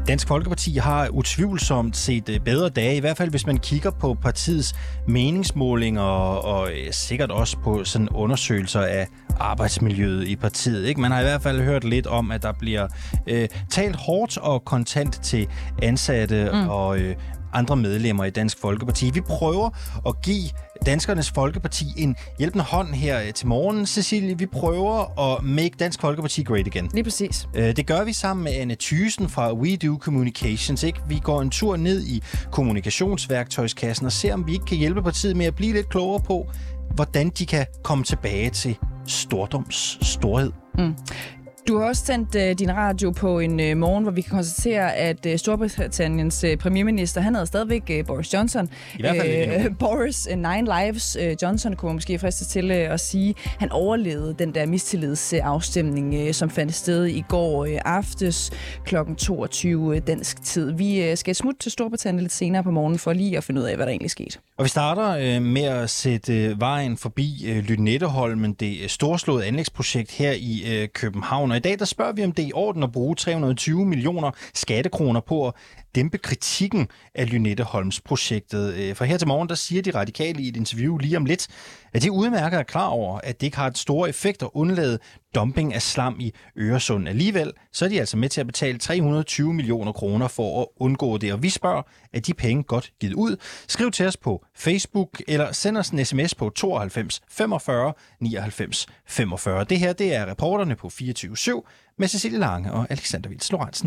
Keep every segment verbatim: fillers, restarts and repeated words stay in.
Dansk Folkeparti har utvivlsomt set bedre dage, i hvert fald hvis man kigger på partiets meningsmålinger og, og sikkert også på sådan undersøgelser af arbejdsmiljøet i partiet. Ikke? Man har i hvert fald hørt lidt om, at der bliver øh, talt hårdt og kontant til ansatte mm. og øh, andre medlemmer i Dansk Folkeparti. Vi prøver at give Danskernes Folkeparti en hjælpende hånd her til morgen. Cecilie, vi prøver at make Dansk Folkeparti great again. Lige præcis. Det gør vi sammen med Anne Thyssen fra We Do Communications. Ikke? Vi går en tur ned i kommunikationsværktøjskassen og ser, om vi ikke kan hjælpe partiet med at blive lidt klogere på, hvordan de kan komme tilbage til stordoms storhed. Mm. Du har også sendt uh, din radio på en uh, morgen, hvor vi kan konstatere, at uh, Storbritanniens uh, premierminister, han hedder stadigvæk uh, Boris Johnson. I hvert fald uh, Boris uh, Nine Lives uh, Johnson kunne man måske friste til uh, at sige. Han overlevede den der mistillidsafstemning, uh, som fandt sted i går uh, aftes klokken toogtyve uh, dansk tid. Vi uh, skal smutte til Storbritannien lidt senere på morgenen for lige at finde ud af, hvad der egentlig skete. Og vi starter øh, med at sætte øh, vejen forbi øh, Lynetteholmen, det øh, storslåede anlægsprojekt her i øh, København. Og i dag der spørger vi, om det er i orden at bruge tre hundrede og tyve millioner skattekroner på at dæmpe kritikken af Lynetteholmsprojektet. For her til morgen, der siger de radikale i et interview lige om lidt, at de udmærket er klar over, at det ikke har et store effekt at undlade dumping af slam i Øresund. Alligevel, så er de altså med til at betale tre hundrede og tyve millioner kroner for at undgå det. Og vi spørger, er de penge godt givet ud? Skriv til os på Facebook, eller send os en sms på tooghalvfems femogfyrre nioghalvfems femogfyrre. Det her, det er reporterne på fireogtyve syv med Cecilie Lange og Alexander Vils Lorentzen.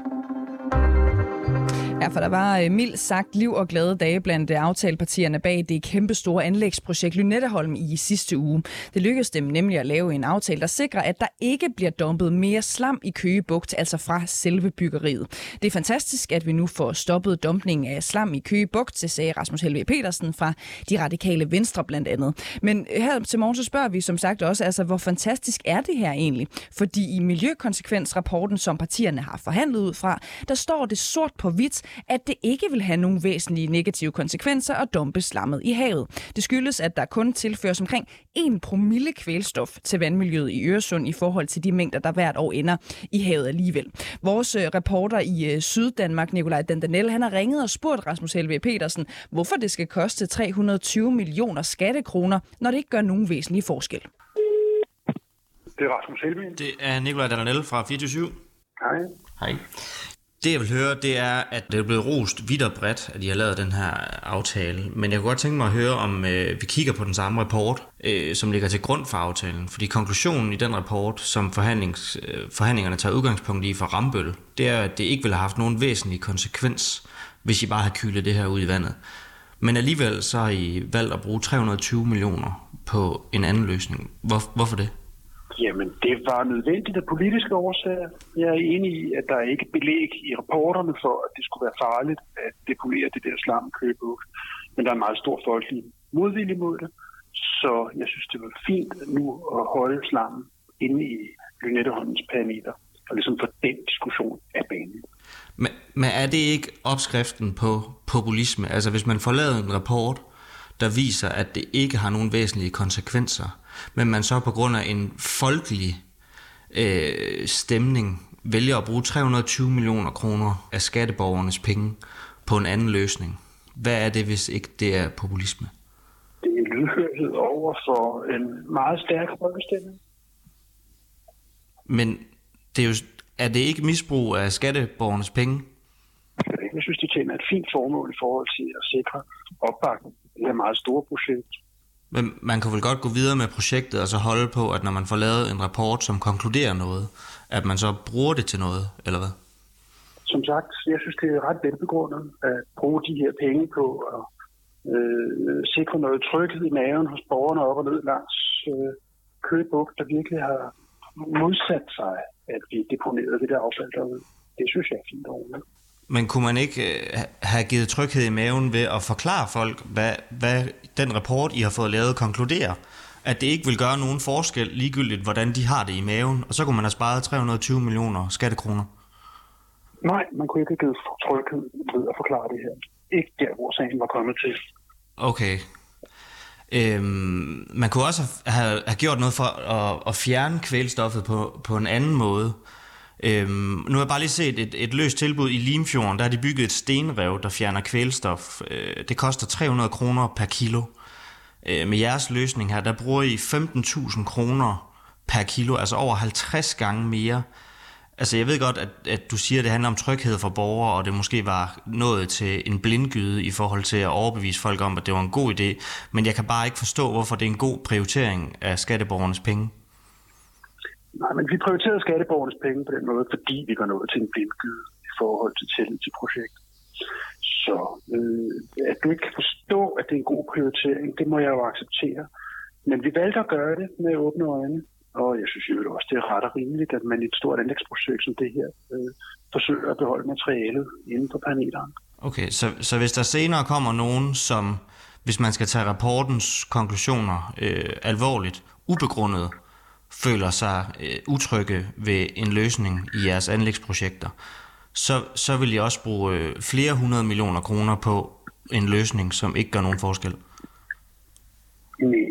Ja, for der var mildt sagt liv og glade dage blandt aftalepartierne bag det kæmpestore anlægsprojekt Lynetteholm i sidste uge. Det lykkedes dem nemlig at lave en aftale, der sikrer, at der ikke bliver dumpet mere slam i Køge Bugt, altså fra selve byggeriet. Det er fantastisk, at vi nu får stoppet dumpningen af slam i Køge Bugt, det sagde Rasmus Helveg Petersen fra De Radikale Venstre blandt andet. Men her til morgen så spørger vi som sagt også, altså hvor fantastisk er det her egentlig? Fordi i miljøkonsekvensrapporten, som partierne har forhandlet ud fra, der står det sort på hvidt, at det ikke vil have nogen væsentlige negative konsekvenser at dumpe slammet i havet. Det skyldes, at der kun tilføres omkring en promille kvælstof til vandmiljøet i Øresund i forhold til de mængder, der hvert år ender i havet alligevel. Vores reporter i Syddanmark, Nikolaj Dandanel, han har ringet og spurgt Rasmus Helveg Petersen, hvorfor det skal koste tre hundrede og tyve millioner skattekroner, når det ikke gør nogen væsentlig forskel. Det er Rasmus Helveg. Det er Nikolaj Dandanel fra fireogtyve syv. Hej. Hej. Det jeg vil høre, det er, at det er blevet rost vidt og bredt, at de har lavet den her aftale. Men jeg kunne godt tænke mig at høre, om øh, vi kigger på den samme rapport, øh, som ligger til grund for aftalen. Fordi konklusionen i den rapport, som forhandlings, øh, forhandlingerne tager udgangspunkt i for Rambøll, det er, at det ikke vil have haft nogen væsentlig konsekvens, hvis I bare har kylet det her ud i vandet. Men alligevel så har I valgt at bruge tre hundrede og tyve millioner på en anden løsning. Hvor, hvorfor det? Jamen, det var nødvendigt af politiske årsager. Jeg er enig i, at der er ikke belæg i rapporterne for, at det skulle være farligt at depolere det der slam i Køge Bugt. Men der er en meget stor folkelig modvilje mod det. Så jeg synes, det var fint nu at holde slammen inde i Lynetteholmens parameter. Og ligesom få den diskussion af banen. Men, men er det ikke opskriften på populisme? Altså hvis man får lavet en rapport, der viser, at det ikke har nogen væsentlige konsekvenser, men man så på grund af en folkelig øh, stemning vælger at bruge tre hundrede og tyve millioner kroner af skatteborgernes penge på en anden løsning. Hvad er det, hvis ikke det er populisme? Det er lydhørhed over for en meget stærk folkestemning. Men det er, jo, er det ikke misbrug af skatteborgernes penge? Jeg synes, det tjener et fint formål i forhold til at sikre opbakning. Det er et meget store projekt. Men man kan vel godt gå videre med projektet og så holde på, at når man får lavet en rapport, som konkluderer noget, at man så bruger det til noget, eller hvad? Som sagt, jeg synes, det er ret velbegrundet at bruge de her penge på at øh, sikre noget tryghed i maven hos borgerne op og ned langs øh, Køge Bugt, der virkelig har modsat sig, at vi deponerede det der affald derude. Det synes jeg er fint overhovedet. Men kunne man ikke have givet tryghed i maven ved at forklare folk, hvad, hvad den rapport, I har fået lavet, konkluderer? At det ikke vil gøre nogen forskel, ligegyldigt hvordan de har det i maven, og så kunne man have sparet tre hundrede og tyve millioner skattekroner? Nej, man kunne ikke have givet tryghed ved at forklare det her. Ikke der, hvor sagen var kommet til. Okay. Øhm, man kunne også have, have gjort noget for at, at fjerne kvælstoffet på, på en anden måde. Øhm, nu har jeg bare lige set et, et løst tilbud i Limfjorden. Der har de bygget et stenrev, der fjerner kvælstof. Øh, det koster tre hundrede kroner per kilo. Øh, med jeres løsning her, der bruger I femten tusind kroner per kilo, altså over halvtreds gange mere. Altså jeg ved godt, at, at du siger, at det handler om tryghed for borgere, og det måske var nået til en blindgyde i forhold til at overbevise folk om, at det var en god idé. Men jeg kan bare ikke forstå, hvorfor det er en god prioritering af skatteborgernes penge. Nej, men vi prioriterede skatteborgernes penge på den måde, fordi vi var nået til en blindgyde i forhold til tillid til projektet. Så øh, at du ikke kan forstå, at det er en god prioritering, det må jeg jo acceptere. Men vi valgte at gøre det med åbne øjne, og jeg synes jo også, det er ret og rimeligt, at man i et stort anlægsprojekt som det her øh, forsøger at beholde materialet inden for parameteren. Okay, så, så hvis der senere kommer nogen, som, hvis man skal tage rapportens konklusioner øh, alvorligt, ubegrundet, føler sig øh, utrygge ved en løsning i jeres anlægsprojekter, så, så vil I også bruge øh, flere hundrede millioner kroner på en løsning, som ikke gør nogen forskel. Nej.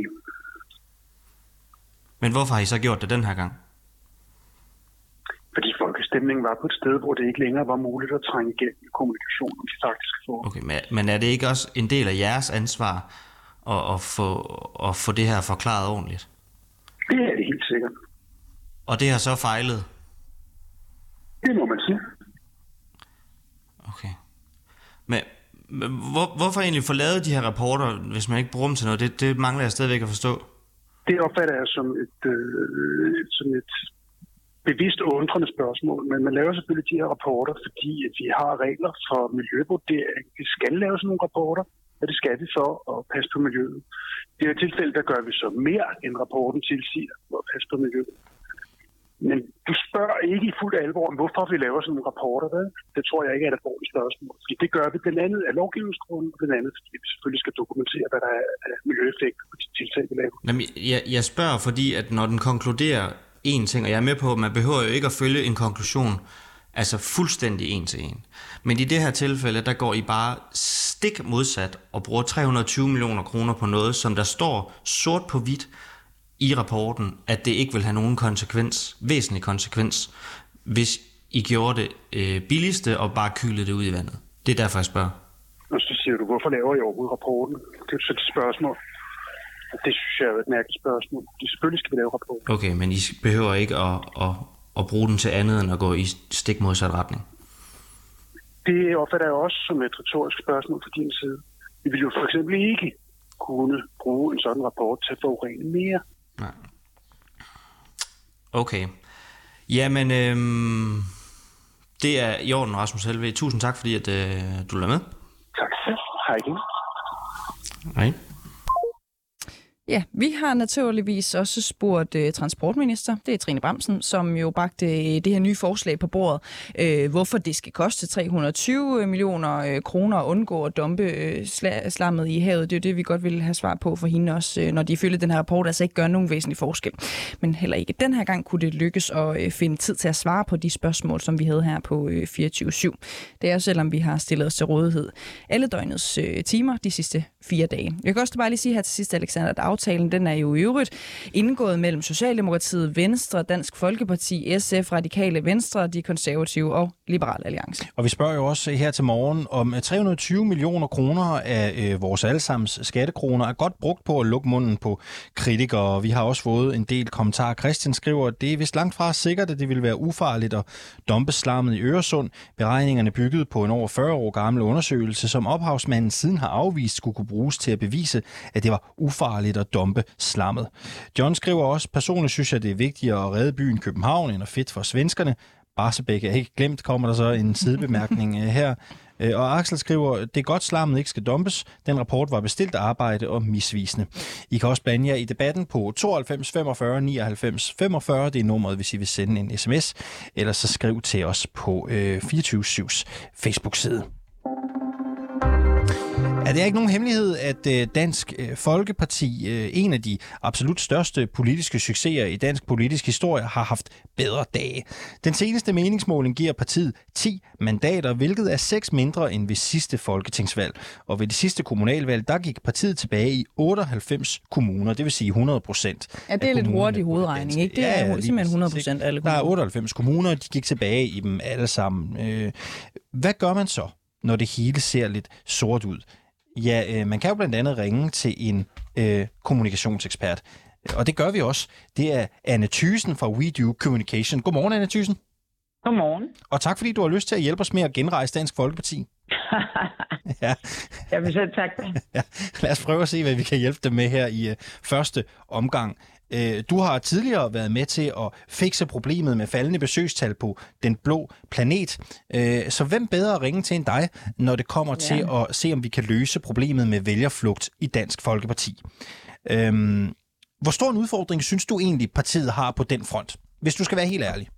Men hvorfor har I så gjort det den her gang? Fordi folkestemningen var på et sted, hvor det ikke længere var muligt at trænge igennem kommunikation om de faktiske forhold. Okay, men, men er det ikke også en del af jeres ansvar at, at, få, at få det her forklaret ordentligt? Det er det helt sikkert. Og det har så fejlet? Det må man sige. Okay. Men hvor, hvorfor egentlig få lavet de her rapporter, hvis man ikke bruger dem til noget? Det, det mangler jeg stadigvæk at forstå. Det opfatter jeg som et, øh, som et bevidst undrende spørgsmål, men man laver selvfølgelig de her rapporter, fordi at vi har regler for miljøvurdering. Vi skal lave sådan nogle rapporter, og det skal vi for at passe på miljøet. I det her tilfælde, der gør vi så mere, end rapporten tilsiger for at passe på miljøet. Men du spørger ikke i fuld alvor om, hvorfor vi laver sådan nogle rapporter. Hvad? Det tror jeg ikke er et alvorligt spørgsmål. Fordi det gør vi blandt andet af lovgivningsgrunden, og blandt andet fordi vi selvfølgelig skal dokumentere, hvad der er af miljøeffekter på de tiltag, vi laver. Jamen, jeg, jeg spørger, fordi at når den konkluderer én ting, og jeg er med på, at man behøver jo ikke at følge en konklusion, altså fuldstændig en til en. Men i det her tilfælde, der går I bare stik modsat og bruger tre hundrede og tyve millioner kroner på noget, som der står sort på hvidt i rapporten, at det ikke vil have nogen konsekvens, væsentlig konsekvens, hvis I gjorde det øh, billigste og bare kylede det ud i vandet. Det er derfor, jeg spørger. Og så siger du, hvorfor laver I overhovedet rapporten? Det er så et spørgsmål. Det synes jeg er et mærkeligt spørgsmål. Det selvfølgelig skal vi lave rapporten. Okay, men I behøver ikke at, at, at bruge den til andet end at gå i stik modsat retning. Det opfatter jeg også som et retorisk spørgsmål fra din side. Vi vil jo for eksempel ikke kunne bruge en sådan rapport til at forurene mere. Nej. Okay. Jamen, øhm, det er i orden, Rasmus Helveg. Tusind tak, fordi at, øh, du lader med. Tak. Hej igen. Hej. Ja, vi har naturligvis også spurgt uh, transportminister, det er Trine Bramsen, som jo bragte uh, det her nye forslag på bordet. Uh, hvorfor det skal koste tre hundrede og tyve millioner uh, kroner at undgå at dumpe uh, sla- slammet i havet. Det er jo det, vi godt vil have svar på for hende også, uh, når de ifølge den her rapport altså ikke gør nogen væsentlig forskel. Men heller ikke den her gang kunne det lykkes at uh, finde tid til at svare på de spørgsmål, som vi havde her på uh, fireogtyve syv. Det er selvom vi har stillet os til rådighed alle døgnets uh, timer de sidste fire dage. Jeg kan også bare lige sige her til sidst, Alexander, at aftalen den er jo i øvrigt indgået mellem Socialdemokratiet, Venstre, Dansk Folkeparti, S F, Radikale Venstre, De Konservative og Liberal Alliance. Og vi spørger jo også her til morgen, om tre hundrede og tyve millioner kroner af øh, vores allesammens skattekroner er godt brugt på at lukke munden på kritikere. Vi har også fået en del kommentarer. Christian skriver, at det er vist langt fra sikkert, at det ville være ufarligt at dumpe slammet i Øresund. Beregningerne byggede på en over fyrre år gammel undersøgelse, som ophavsmanden siden har afvist skulle kunne bruges til at bevise, at det var ufarligt at dumpe slammet. John skriver også, personligt synes jeg, det er vigtigere at redde byen København end at fedt for svenskerne. Barsebæk er ikke glemt, kommer der så en sidebemærkning her. Og Axel skriver, det er godt, slammet ikke skal dumpes. Den rapport var bestilt arbejde og misvisende. I kan også blande jer i debatten på tooghalvfems femogfyrre nioghalvfems femogfyrre. Det er nummeret, hvis I vil sende en sms. Eller så skriv til os på øh, fireogtyve syvs Facebook-side. Er det ikke nogen hemmelighed, at øh, Dansk øh, Folkeparti, øh, en af de absolut største politiske succeser i dansk politisk historie, har haft bedre dage? Den seneste meningsmåling giver partiet ti mandater, hvilket er seks mindre end ved sidste folketingsvalg. Og ved det sidste kommunalvalg, der gik partiet tilbage i otteoghalvfems kommuner, det vil sige hundrede procent. Ja, det er lidt hurtig hovedregning, ikke? Det er ja, ja, simpelthen hundrede procent af alle kommuner. Der er otteoghalvfems kommuner, de gik tilbage i dem alle sammen. Øh, hvad gør man så, når det hele ser lidt sort ud? Ja, øh, man kan jo blandt andet ringe til en øh, kommunikationsekspert. Og det gør vi også. Det er Anne Thyssen fra WeDo Communication. Godmorgen, Anne Thyssen. Godmorgen. Og tak, fordi du har lyst til at hjælpe os med at genrejse Dansk Folkeparti. Ja. Jeg vil selv takke dig. Ja. Lad os prøve at se, hvad vi kan hjælpe dem med her i uh, første omgang. Uh, du har tidligere været med til at fikse problemet med faldende besøgstal på Den Blå Planet. Uh, så hvem bedre at ringe til end dig, når det kommer ja. til at se, om vi kan løse problemet med vælgerflugt i Dansk Folkeparti? Uh, hvor stor en udfordring synes du egentlig, partiet har på den front? Hvis du skal være helt ærlig.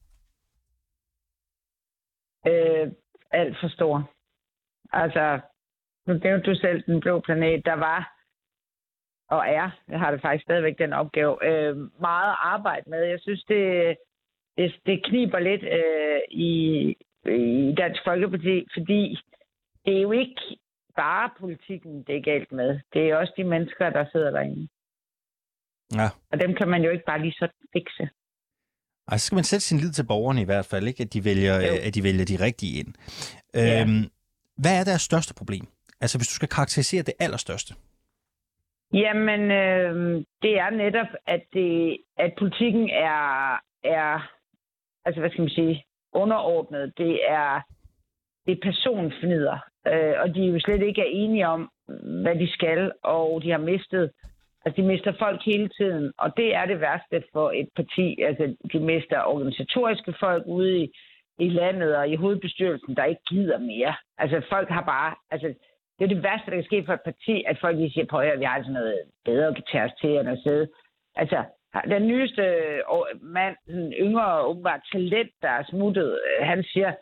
Øh, alt for stor. Altså, nu nævnte du selv Den Blå Planet, der var og er, jeg har det faktisk stadigvæk den opgave, øh, meget arbejde med. Jeg synes, det, det, det kniber lidt øh, i, i Dansk Folkeparti, fordi det er jo ikke bare politikken, det er galt med. Det er også de mennesker, der sidder derinde. Ja. Og dem kan man jo ikke bare lige så fikse. Ej, så skal man sætte sin lid til borgerne i hvert fald, ikke? At de vælger, at de vælger de rigtige ind. Ja. Øhm, hvad er deres største problem? Altså, hvis du skal karakterisere det allerstørste. Jamen, øh, det er netop, at, det, at politikken er, er, altså hvad skal man sige, underordnet. Det er, det er personfnider, øh, og de jo slet ikke er enige om, hvad de skal, og de har mistet, altså de mister folk hele tiden, og det er det værste for et parti. Altså, de mister organisatoriske folk ude i, i landet og i hovedbestyrelsen, der ikke gider mere. Altså, folk har bare, altså, det er det værste, der kan ske for et parti, at folk lige siger, på at vi har sådan noget bedre at tage os til, end at sidde. Altså, den nyeste mand, den yngre, åbenbart talent, der er smuttet, han siger,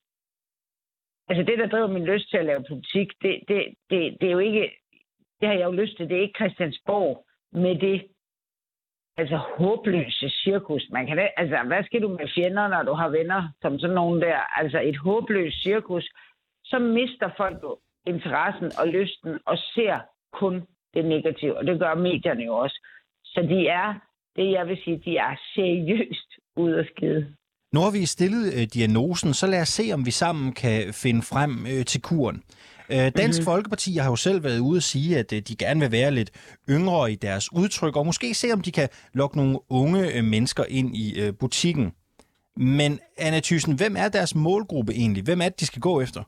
altså det, der driver min lyst til at lave politik, det, det, det, det er jo ikke, det har jeg jo lyst til, det er ikke Christiansborg med det, altså håbløse cirkus. Man kan, altså, hvad skal du med fjender, når du har venner, som sådan nogen der? Altså et håbløst cirkus, så mister folk jo interessen og lysten og ser kun det negative, og det gør medierne jo også. Så de er, det jeg vil sige, de er seriøst ude af skide. Nu har vi stillet øh, diagnosen, så lad os se, om vi sammen kan finde frem øh, til kuren. Øh, Dansk mm-hmm. Folkeparti har jo selv været ude at sige, at øh, de gerne vil være lidt yngre i deres udtryk, og måske se, om de kan lokke nogle unge øh, mennesker ind i øh, butikken. Men Anne Thyssen, hvem er deres målgruppe egentlig? Hvem er det, de skal gå efter?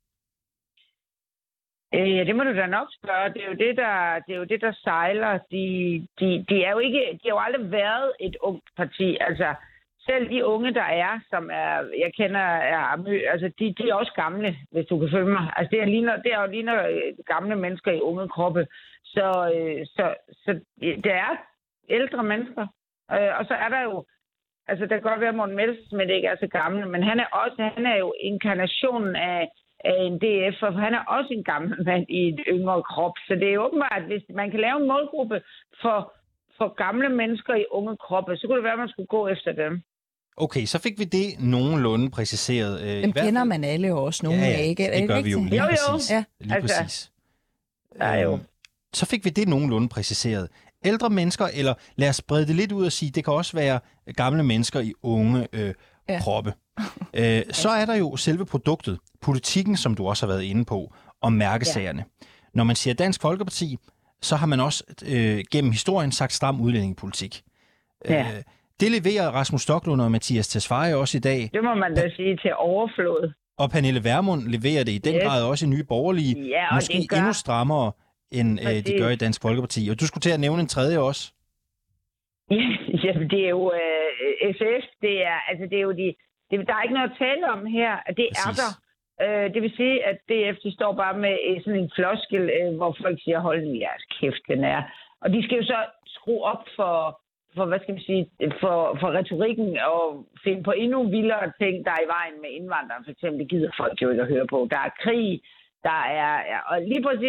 Ja, det må du da nok spørge. Det er jo det, der, det er jo det, der sejler. De, de, de, er jo ikke, de har jo aldrig været et ungt parti. Altså, selv de unge, der er, som er, jeg kender, er, altså, de, de er også gamle, hvis du kan følge mig. Altså, det er, ligner, det er jo ligner gamle mennesker i unge kroppe. Så, så, så det er ældre mennesker. Og så er der jo, altså, der kan godt være, at Morten Messerschmidt ikke er så gammel, men han er også, han er jo inkarnationen af en D F, for han er også en gammel mand i et yngre krop. Så det er åbenbart, at hvis man kan lave en målgruppe for, for gamle mennesker i unge kroppe, så kunne det være, at man skulle gå efter dem. Okay, så fik vi det nogenlunde præciseret. Dem kender man alle også, nogle ja, ja, af, ikke? det gør vi jo lige jo, jo. præcis. Ja. Lige altså, præcis. Ja, jo. Så fik vi det nogenlunde præciseret. Ældre mennesker, eller lad os sprede det lidt ud og sige, det kan også være gamle mennesker i unge øh, ja. kroppe. øh, så er der jo selve produktet, politikken, som du også har været inde på, og mærkesagerne. Ja. Når man siger Dansk Folkeparti, så har man også øh, gennem historien sagt stram udlændingepolitik. Ja. Øh, det leverer Rasmus Stoklund og Mathias Tesfaye også i dag. Det må man da sige til overflod. Og Pernille Vermund leverer det i den yes. grad også i Nye Borgerlige. Ja, måske gør... endnu strammere, end øh, de gør i Dansk Folkeparti. Og du skulle til at nævne en tredje også. Ja, det er jo øh, S F. Det er, altså, det er jo de... Det, der er ikke noget at tale om her. Det Præcis. er der. Øh, det vil sige, at D F de står bare med øh, sådan en floskel, øh, hvor folk siger, hold nu jeres kæft, den er. Og de skal jo så skrue op for, for hvad skal man sige, for, for retorikken og finde på endnu vildere ting, der er i vejen med indvandrere. For eksempel, det gider folk jo ikke at høre på. Der er krig, der er... Ja, og lige præcis,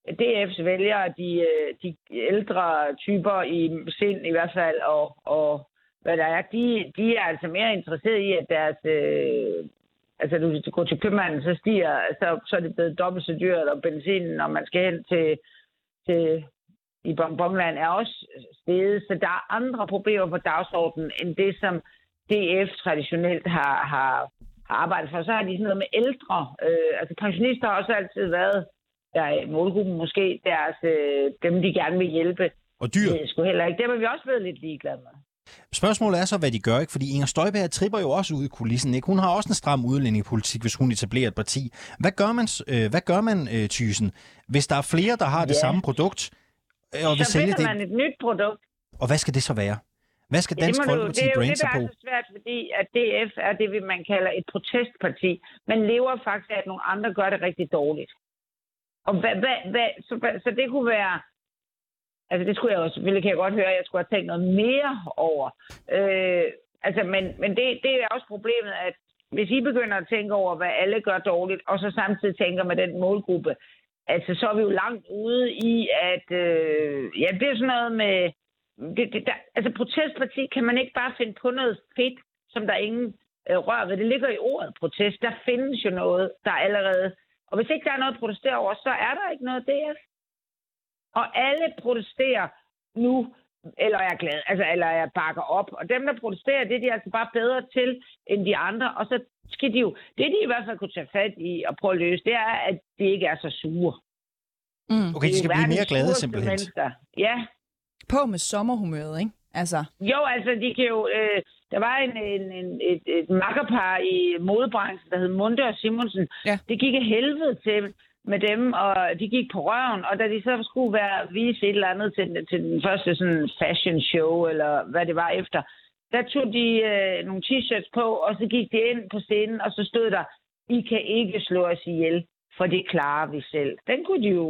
D F's vælgere, de, de ældre typer i sind i hvert fald, og, og hvad der er, de, de er altså mere interesserede i, at deres... Øh, altså, du går til købmanden, så stiger, så, så er det blevet dobbelt så dyrt, og benzinen, når man skal hen til, til i Bonbonland, er også steget. Så der er andre problemer på dagsordenen, end det, som D F traditionelt har, har, har arbejdet for. Så har de sådan noget med ældre. Øh, altså, pensionister har også altid været, der er målgruppen måske, deres, øh, dem, de gerne vil hjælpe. Og dyr. Det er sgu heller ikke. Det har vi også været lidt ligeglade med. Spørgsmålet er så, hvad de gør, ikke? Fordi Inger Støjberg tripper jo også ud i kulissen, ikke? Hun har også en stram udlændingepolitik, hvis hun etablerer et parti. Hvad gør man, øh, hvad gør man øh, Thyssen, hvis der er flere, der har det ja. samme produkt, øh, og vil så sælge det? Så man et nyt produkt. Og hvad skal det så være? Hvad skal Dansk Folkeparti brande sig på? Det er jo det, der er så svært, fordi at D F er det, man kalder et protestparti. Man lever faktisk af, at nogle andre gør det rigtig dårligt. Og hvad, hvad, hvad, så, så det kunne være... Altså, det skulle jeg også, selvfølgelig kan jeg godt høre, at jeg skulle have tænkt noget mere over. Øh, altså, men men det, det er også problemet, at hvis I begynder at tænke over, hvad alle gør dårligt, og så samtidig tænker med den målgruppe, altså, så er vi jo langt ude i, at... Øh, ja, det er sådan noget med... Det, det, der, altså, protestparti kan man ikke bare finde på noget fedt, som der ingen øh, rører ved. Det ligger i ordet protest. Der findes jo noget, der allerede... Og hvis ikke der er noget at protestere over, så er der ikke noget D F. Og alle protesterer nu, eller er glade, altså, eller er bakker op. Og dem, der protesterer, det er de altså bare bedre til end de andre. Og så skal de jo, det de i hvert fald kunne tage fat i og prøve at løse, det er, at de ikke er så sure. Mm. Okay, de skal blive mere glade simpelthen. Mennesker. Ja. På med sommerhumøret, ikke? Altså. Jo, altså, de kan jo... Øh, der var en, en, en, et, et makkerpar i modebranchen, der hed Munde og Simonsen. Ja. Det gik af helvede til med dem, og de gik på røven, og da de så skulle være vise et eller andet til, til den første sådan fashion show, eller hvad det var efter, der tog de øh, nogle t-shirts på, og så gik de ind på scenen, og så stod der, I kan ikke slå os ihjel, for det klarer vi selv. Den kunne de jo...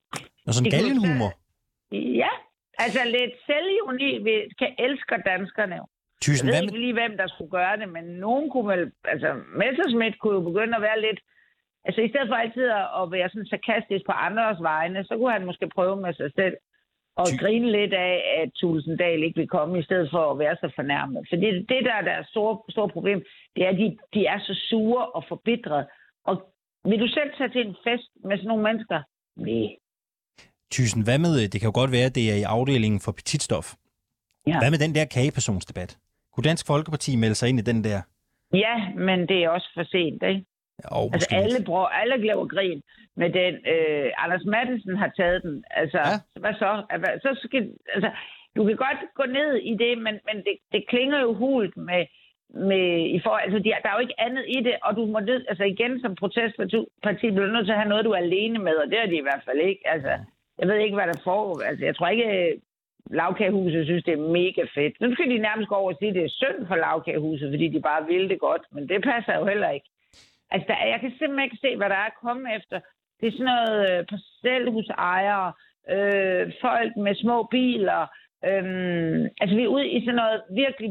Og sådan galgenhumor. Ja, altså lidt selvironi, vi kan elsker danskerne jo. Thyssen, jeg ved ikke lige, hvem der skulle gøre det, men nogen kunne vel... Altså, Messerschmidt kunne jo begynde at være lidt... Altså, i stedet for altid at være sådan sarkastisk på andres vegne, så kunne han måske prøve med sig selv og Ty- grine lidt af, at Tulsendal ikke vil komme, i stedet for at være så fornærmet. For det, det der er deres store, store problem, det er, at de, de er så sure og forbitret. Og vil du selv tage til en fest med sådan nogle mennesker? Nej. Thyssen, hvad med, det kan jo godt være, at det er i afdelingen for petitstof. Ja. Hvad med den der kagepersonsdebat? Kunne Dansk Folkeparti melde sig ind i den der? Ja, men det er også for sent, ikke? Jo, altså alle, bruger, alle laver grin med den. Øh, Anders Matthesen har taget den. Altså, ja. Hvad så? Så skal, altså, du kan godt gå ned i det, men, men det, det klinger jo hult med, med i for, altså, de, der er jo ikke andet i det, og du må ned, altså igen som protestparti bliver du nødt til at have noget, du er alene med, og det er de i hvert fald ikke. Altså, jeg ved ikke, hvad der foregår. Altså, jeg tror ikke, Lagkagehuset synes, det er mega fedt. Nu skal de nærmest gå over og sige, at det er synd for Lagkagehuset, fordi de bare vil det godt, men det passer jo heller ikke. Altså, der, jeg kan simpelthen ikke se, hvad der er at komme efter. Det er sådan noget øh, parcelhusejere, øh, folk med små biler. Øh, altså, vi er ude i sådan noget virkelig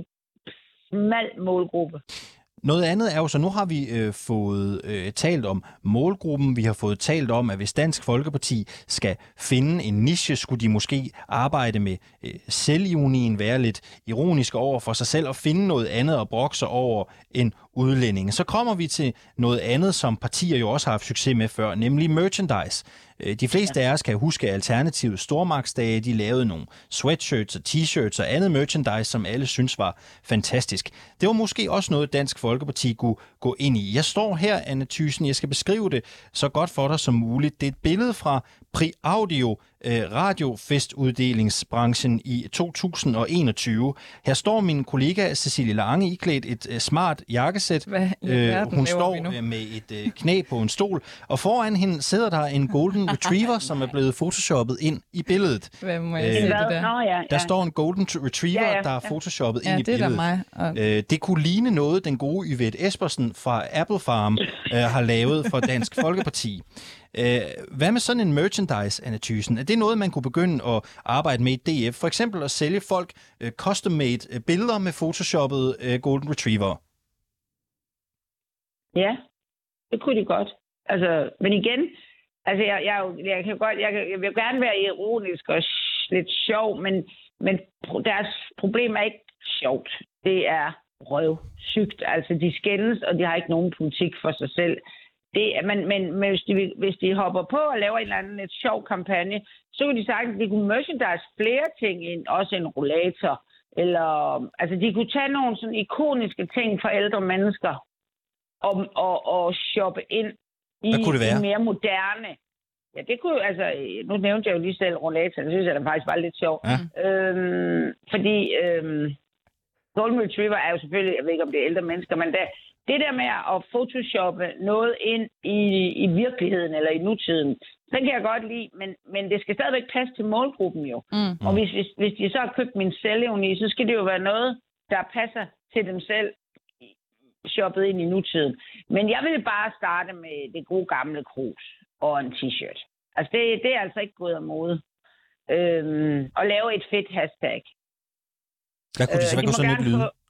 smal målgruppe. Noget andet er jo så, nu har vi øh, fået øh, talt om målgruppen, vi har fået talt om, at hvis Dansk Folkeparti skal finde en niche, skulle de måske arbejde med øh, selvironien, være lidt ironiske over for sig selv og finde noget andet at brokke sig over end udlændinge. Så kommer vi til noget andet, som partier jo også har haft succes med før, nemlig merchandise. De fleste af os kan huske Alternativets stormagtsdage. De lavede nogle sweatshirts og t-shirts og andet merchandise, som alle synes var fantastisk. Det var måske også noget, Dansk Folkeparti kunne gå ind i. Jeg står her, Anne Thyssen. Jeg skal beskrive det så godt for dig som muligt. Det er et billede fra Pri Audio radiofestuddelingsbranchen i to tusind og enogtyve. Her står min kollega Cecilie Lange iklædt et smart jakkesæt. Øh, hun står med et øh, knæ på en stol, og foran hende sidder der en golden retriever, som er blevet photoshoppet ind i billedet. Hvad må jeg øh, se det der? Nå, ja, ja. Der står en golden retriever, ja, ja, der er photoshoppet ja, ind i billedet. Mig. Og... Øh, det kunne ligne noget, den gode Yvette Espersen fra Apple Farm øh, har lavet for Dansk Folkeparti. Øh, hvad med sådan en merchandise, Anne Thyssen? Er det noget, man kunne begynde at arbejde med i D F? For eksempel at sælge folk øh, custom-made øh, billeder med photoshoppet øh, golden retriever? Ja, det kunne de godt. Altså, men igen, Altså, jeg, jeg, jeg kan godt, jeg, jeg vil gerne være ironisk og lidt sjov, men, men deres problem er ikke sjovt. Det er røvsygt. Altså, de skændes, og de har ikke nogen politik for sig selv. Det, men men, men hvis, de, hvis de hopper på og laver en eller anden et sjov kampagne, så kunne de sagt, at de kunne merchandise flere ting ind, også en rollator. Eller, altså, de kunne tage nogle sådan ikoniske ting for ældre mennesker og, og, og shoppe ind i en mere moderne. Ja, det kunne altså, nu nævnte jeg jo lige selv rollator, det synes jeg da faktisk var lidt sjovt. Ja. Øhm, fordi øhm, Golden Retriever er jo selvfølgelig, jeg ved ikke om det er ældre mennesker, men det, det der med at photoshoppe noget ind i, i virkeligheden eller i nutiden, den kan jeg godt lide, men, men det skal stadigvæk passe til målgruppen jo. Mm. Og hvis, hvis, hvis de så har købt min selvevni, så skal det jo være noget, der passer til dem selv, shoppet ind i nutiden. Men jeg vil bare starte med det gode gamle krus og en t-shirt. Altså, det, det er altså ikke gået af mode. Øhm, at lave et fedt hashtag. Hvad kunne de så, øh, hvad kunne sådan ikke lyde? Få...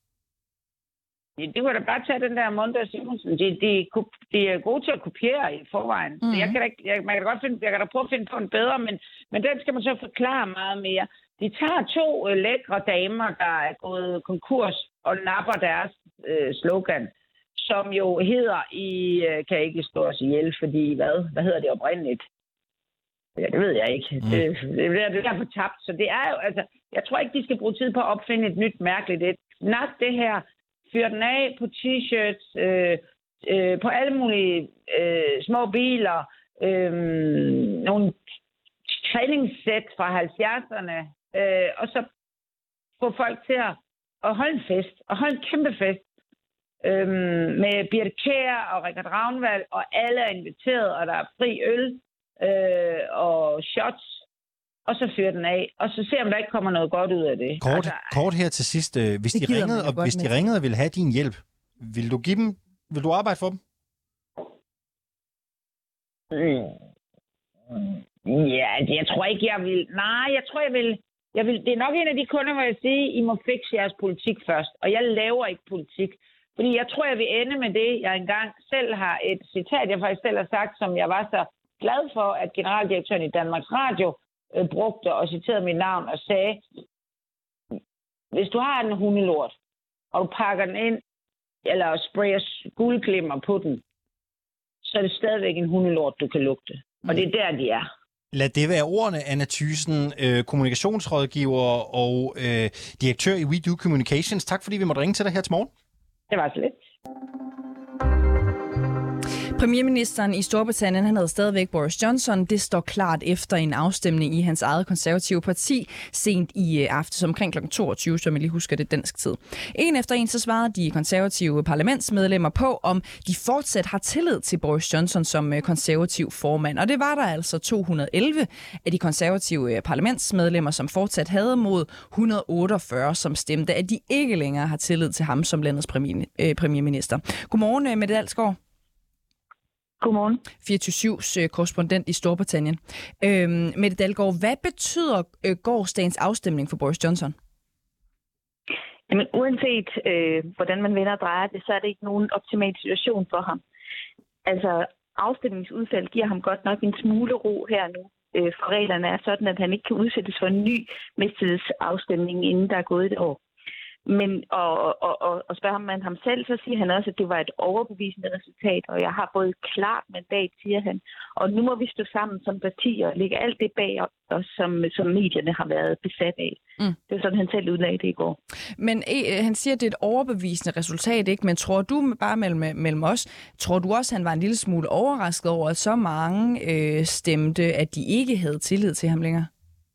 Ja, det kunne da bare tage den der Monte og Simonsen. De, de, de er gode til at kopiere i forvejen. Mm-hmm. Jeg kan da, jeg, man kan da godt finde, jeg kan da prøve at finde på en bedre, men, men den skal man så forklare meget mere. De tager to øh, lækre damer, der er gået konkurs, og napper deres øh, slogan, som jo hedder i øh, kan ikke stå os ihjel, fordi hvad? Hvad hedder det oprindeligt? Ja, det ved jeg ikke. Mm. Det, det, det, det er for tabt. Så det er jo, altså, jeg tror ikke, de skal bruge tid på at opfinde et nyt mærkeligt et. Nak det her, fyr den af på t-shirts, øh, øh, på alle mulige øh, små biler, øh, nogle træningssæt fra halvfjerdserne, øh, og så få folk til at, at holde en fest, og holde en kæmpe fest. Øhm, med Birte Kjær og Richard Ravnvald, og alle er inviteret, og der er fri øl øh, og shots, og så fyrer den af, og så ser om der ikke kommer noget godt ud af det. Kort, altså, kort her til sidst. Hvis de ringede, og, hvis de ringede og ville have din hjælp, vil du give dem, vil du arbejde for dem? Mm. Ja, jeg tror ikke, jeg vil. Nej, jeg tror, jeg vil. Jeg vil. Det er nok en af de kunder, hvor jeg siger, I må fikse jeres politik først, og jeg laver ikke politik. Fordi jeg tror, jeg vil ende med det, jeg engang selv har et citat, jeg faktisk selv har sagt, som jeg var så glad for, at generaldirektøren i Danmarks Radio øh, brugte og citerede mit navn og sagde, hvis du har en hundelort, og du pakker den ind, eller sprayer guldglimmer på den, så er det stadigvæk en hundelort, du kan lugte. Og det er der, de er. Lad det være ordene, Anna Thyssen, øh, kommunikationsrådgiver og øh, direktør i We Do Communications. Tak fordi vi måtte ringe til dig her til morgen. Det var så lidt. Premierministeren i Storbritannien, han havde stadigvæk Boris Johnson. Det står klart efter en afstemning i hans eget konservative parti sent i aftes omkring klokken toogtyve, som jeg lige husker det dansk tid. En efter en så svarede de konservative parlamentsmedlemmer på, om de fortsat har tillid til Boris Johnson som konservativ formand. Og det var der altså to hundrede og elleve af de konservative parlamentsmedlemmer, som fortsat havde mod et hundrede og otteogfyrre, som stemte, at de ikke længere har tillid til ham som landets premierminister. Godmorgen, Mette Dalsgaard. Godmorgen. fireogtyve syvs korrespondent i Storbritannien. Øhm, Mette Dalgaard, hvad betyder øh, gårsdagens afstemning for Boris Johnson? Jamen, uanset øh, hvordan man vender og drejer det, så er det ikke nogen optimal situation for ham. Altså, afstemningsudfald giver ham godt nok en smule ro her nu. Øh, for reglerne er sådan, at han ikke kan udsættes for en ny mistillidsafstemning, inden der er gået et år. Men og, og, og, og spørger ham man ham selv, så siger han også, at det var et overbevisende resultat, og jeg har fået et klart mandat, siger han. Og nu må vi stå sammen som partier og lægge alt det bag os, som, som medierne har været besat af. Mm. Det er sådan, han selv udlagde det i går. Men øh, han siger, at det er et overbevisende resultat, ikke? Men tror du, bare mellem, mellem os, tror du også, at han var en lille smule overrasket over, at så mange øh, stemte, at de ikke havde tillid til ham længere?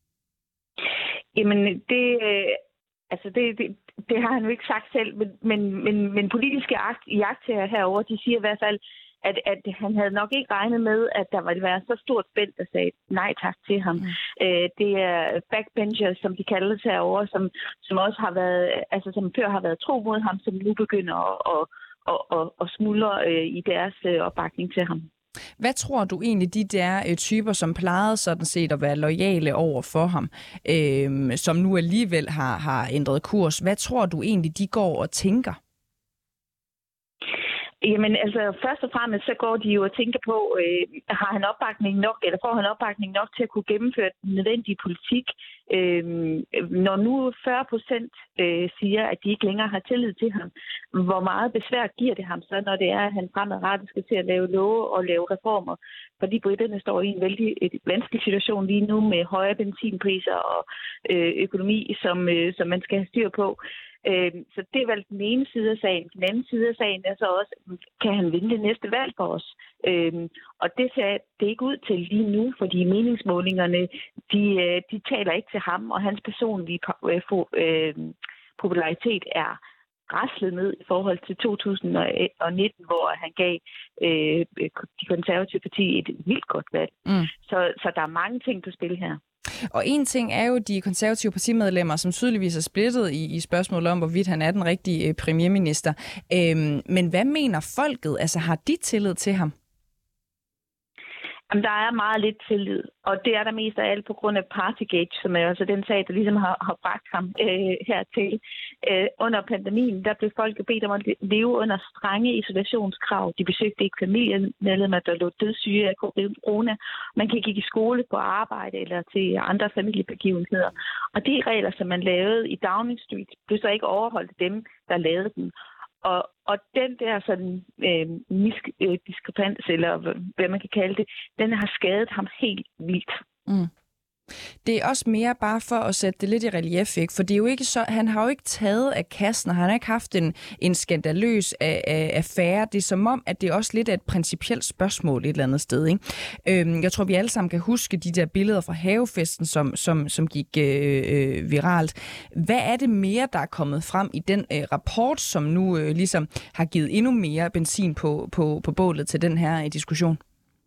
Jamen, det... Øh, altså, det... det Det har han jo ikke sagt selv, men, men, men, men politiske iagttagere herover, de siger i hvert fald, at, at han havde nok ikke regnet med, at der ville være så stort spænd, der sagde nej tak til ham. Mm. Øh, det er backbenchers, som de kalder det herover, som, som også har været, altså som før har været tro mod ham, som nu begynder at, at, at, at, at smuldre øh, i deres øh, opbakning til ham. Hvad tror du egentlig, de der øh, typer, som plejede sådan set at være loyale over for ham, øh, som nu alligevel har, har ændret kurs, hvad tror du egentlig, de går og tænker? Jamen altså, først og fremmest så går de jo og tænker på, øh, har han opbakning nok, eller får han opbakning nok til at kunne gennemføre den nødvendige politik. Øh, når nu fyrre procent øh, siger, at de ikke længere har tillid til ham, hvor meget besvær giver det ham så, når det er, at han fremadrettet skal til at lave love og lave reformer? Fordi briterne står i en vældig et vanskelig situation lige nu med høje benzinpriser og øh, økonomi, som, øh, som man skal have styr på. Så det er vel den ene side af sagen. Den anden side af sagen er så også, kan han vinde det næste valg for os? Og det ser det ikke ud til lige nu, fordi meningsmålingerne, de, de taler ikke til ham, og hans personlige popularitet er raslet ned i forhold til to tusind nitten, hvor han gav øh, de konservative parti et vildt godt valg. Mm. Så, så der er mange ting på spil her. Og en ting er jo de konservative partimedlemmer, som tydeligvis er splittet i, i spørgsmålet om, hvorvidt han er den rigtige premierminister. Øhm, men hvad mener folket? Altså, har de tillid til ham? Jamen, der er meget lidt tillid, og det er der mest af alt på grund af Partygate, som er altså den sag, der ligesom har, har bragt ham øh, hertil. Øh, under pandemien, der blev folk bedt om at leve under strenge isolationskrav. De besøgte ikke familiemedlemmer, der lå dødssyge af corona. Man kan ikke gik i skole, på arbejde eller til andre familiebegivenheder. Og de regler, som man lavede i Downing Street, blev så ikke overholdt dem, der lavede dem. Og, og den der sådan øh, misk, øh, diskrepans, eller hvad man kan kalde det, den har skadet ham helt vildt. Mm. Det er også mere bare for at sætte det lidt i relief, ikke? For det er jo ikke så, han har jo ikke taget af kassen, og han har ikke haft en, en skandaløs affære. Det er som om, at det også lidt er et principielt spørgsmål et eller andet sted, ikke? Øhm, jeg tror, vi alle sammen kan huske de der billeder fra havefesten, som, som, som gik øh, viralt. Hvad er det mere, der er kommet frem i den øh, rapport, som nu øh, ligesom har givet endnu mere benzin på, på, på bålet til den her øh, diskussion?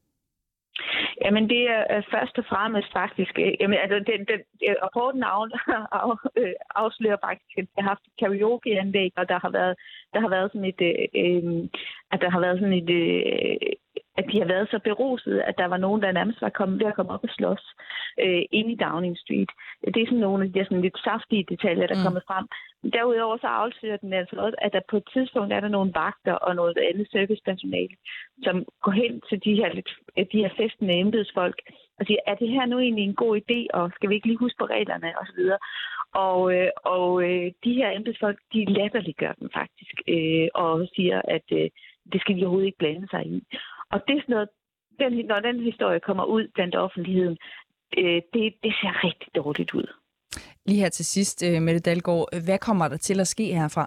Jamen, det er først og fremmest faktisk... Jamen, altså, den, den, rapporten af, af, øh, afslører faktisk, at jeg har haft et karaoke-anlæg, og der har været, der har været sådan et... Øh, at der har været sådan et... Øh, at de har været så beruset, at der var nogen, der nærmest var kommet ved at komme op og slås øh, inde i Downing Street. Det er sådan nogle af de sådan lidt saftige detaljer, der er mm. kommet frem. Derudover så afslører den altså også, at der på et tidspunkt er der nogle vagter og noget andet servicepersonale, som går hen til de her, lidt, de her festende embedsfolk og siger, er det her nu egentlig en god idé, og skal vi ikke lige huske på reglerne osv.? Og, øh, og øh, de her embedsfolk, de latterliggør dem faktisk, øh, og siger, at øh, det skal de overhovedet ikke blande sig i. Og det er sådan noget, den, når den historie kommer ud blandt offentligheden, øh, det, det ser rigtig dårligt ud. Lige her til sidst, Mette Dalgaard, hvad kommer der til at ske herfra?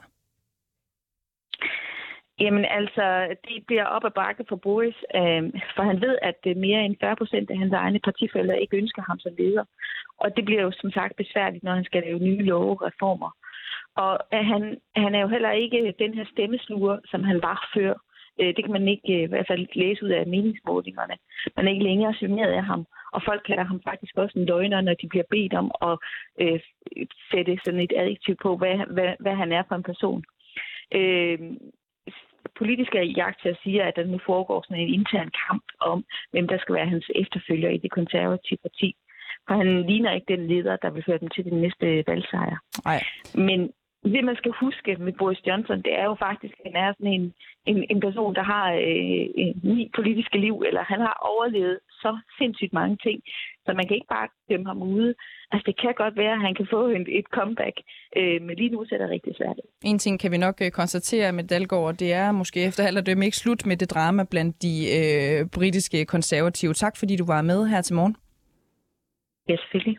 Jamen altså, det bliver op ad bakke for Boris, øh, for han ved, at mere end fyrre procent af hans egne partifæller ikke ønsker ham som leder. Og det bliver jo som sagt besværligt, når han skal lave nye love og reformer. Og han, han er jo heller ikke den her stemmesluger, som han var før. Det kan man ikke i hvert fald læse ud af meningsmålingerne. Man er ikke længere generet af ham. Og folk kalder ham faktisk også en løgner, når de bliver bedt om at øh, sætte sådan et adjektiv på, hvad, hvad, hvad han er for en person. Øh, politiske jagter siger, at der nu foregår sådan en intern kamp om, hvem der skal være hans efterfølger i det konservative parti. For han ligner ikke den leder, der vil føre dem til den næste valgsejr. Nej. Men det, man skal huske med Boris Johnson, det er jo faktisk, at han er sådan en, en, en person, der har øh, en ny politiske liv, eller han har overlevet så sindssygt mange ting, så man kan ikke bare dømme ham ude. Altså, det kan godt være, at han kan få en, et comeback, øh, men lige nu ser det rigtig svært. En ting kan vi nok øh, konstatere med Dalgaard, og det er måske efter alt at dømme ikke slut med det drama blandt de øh, britiske konservative. Tak, fordi du var med her til morgen. Ja, selvfølgelig.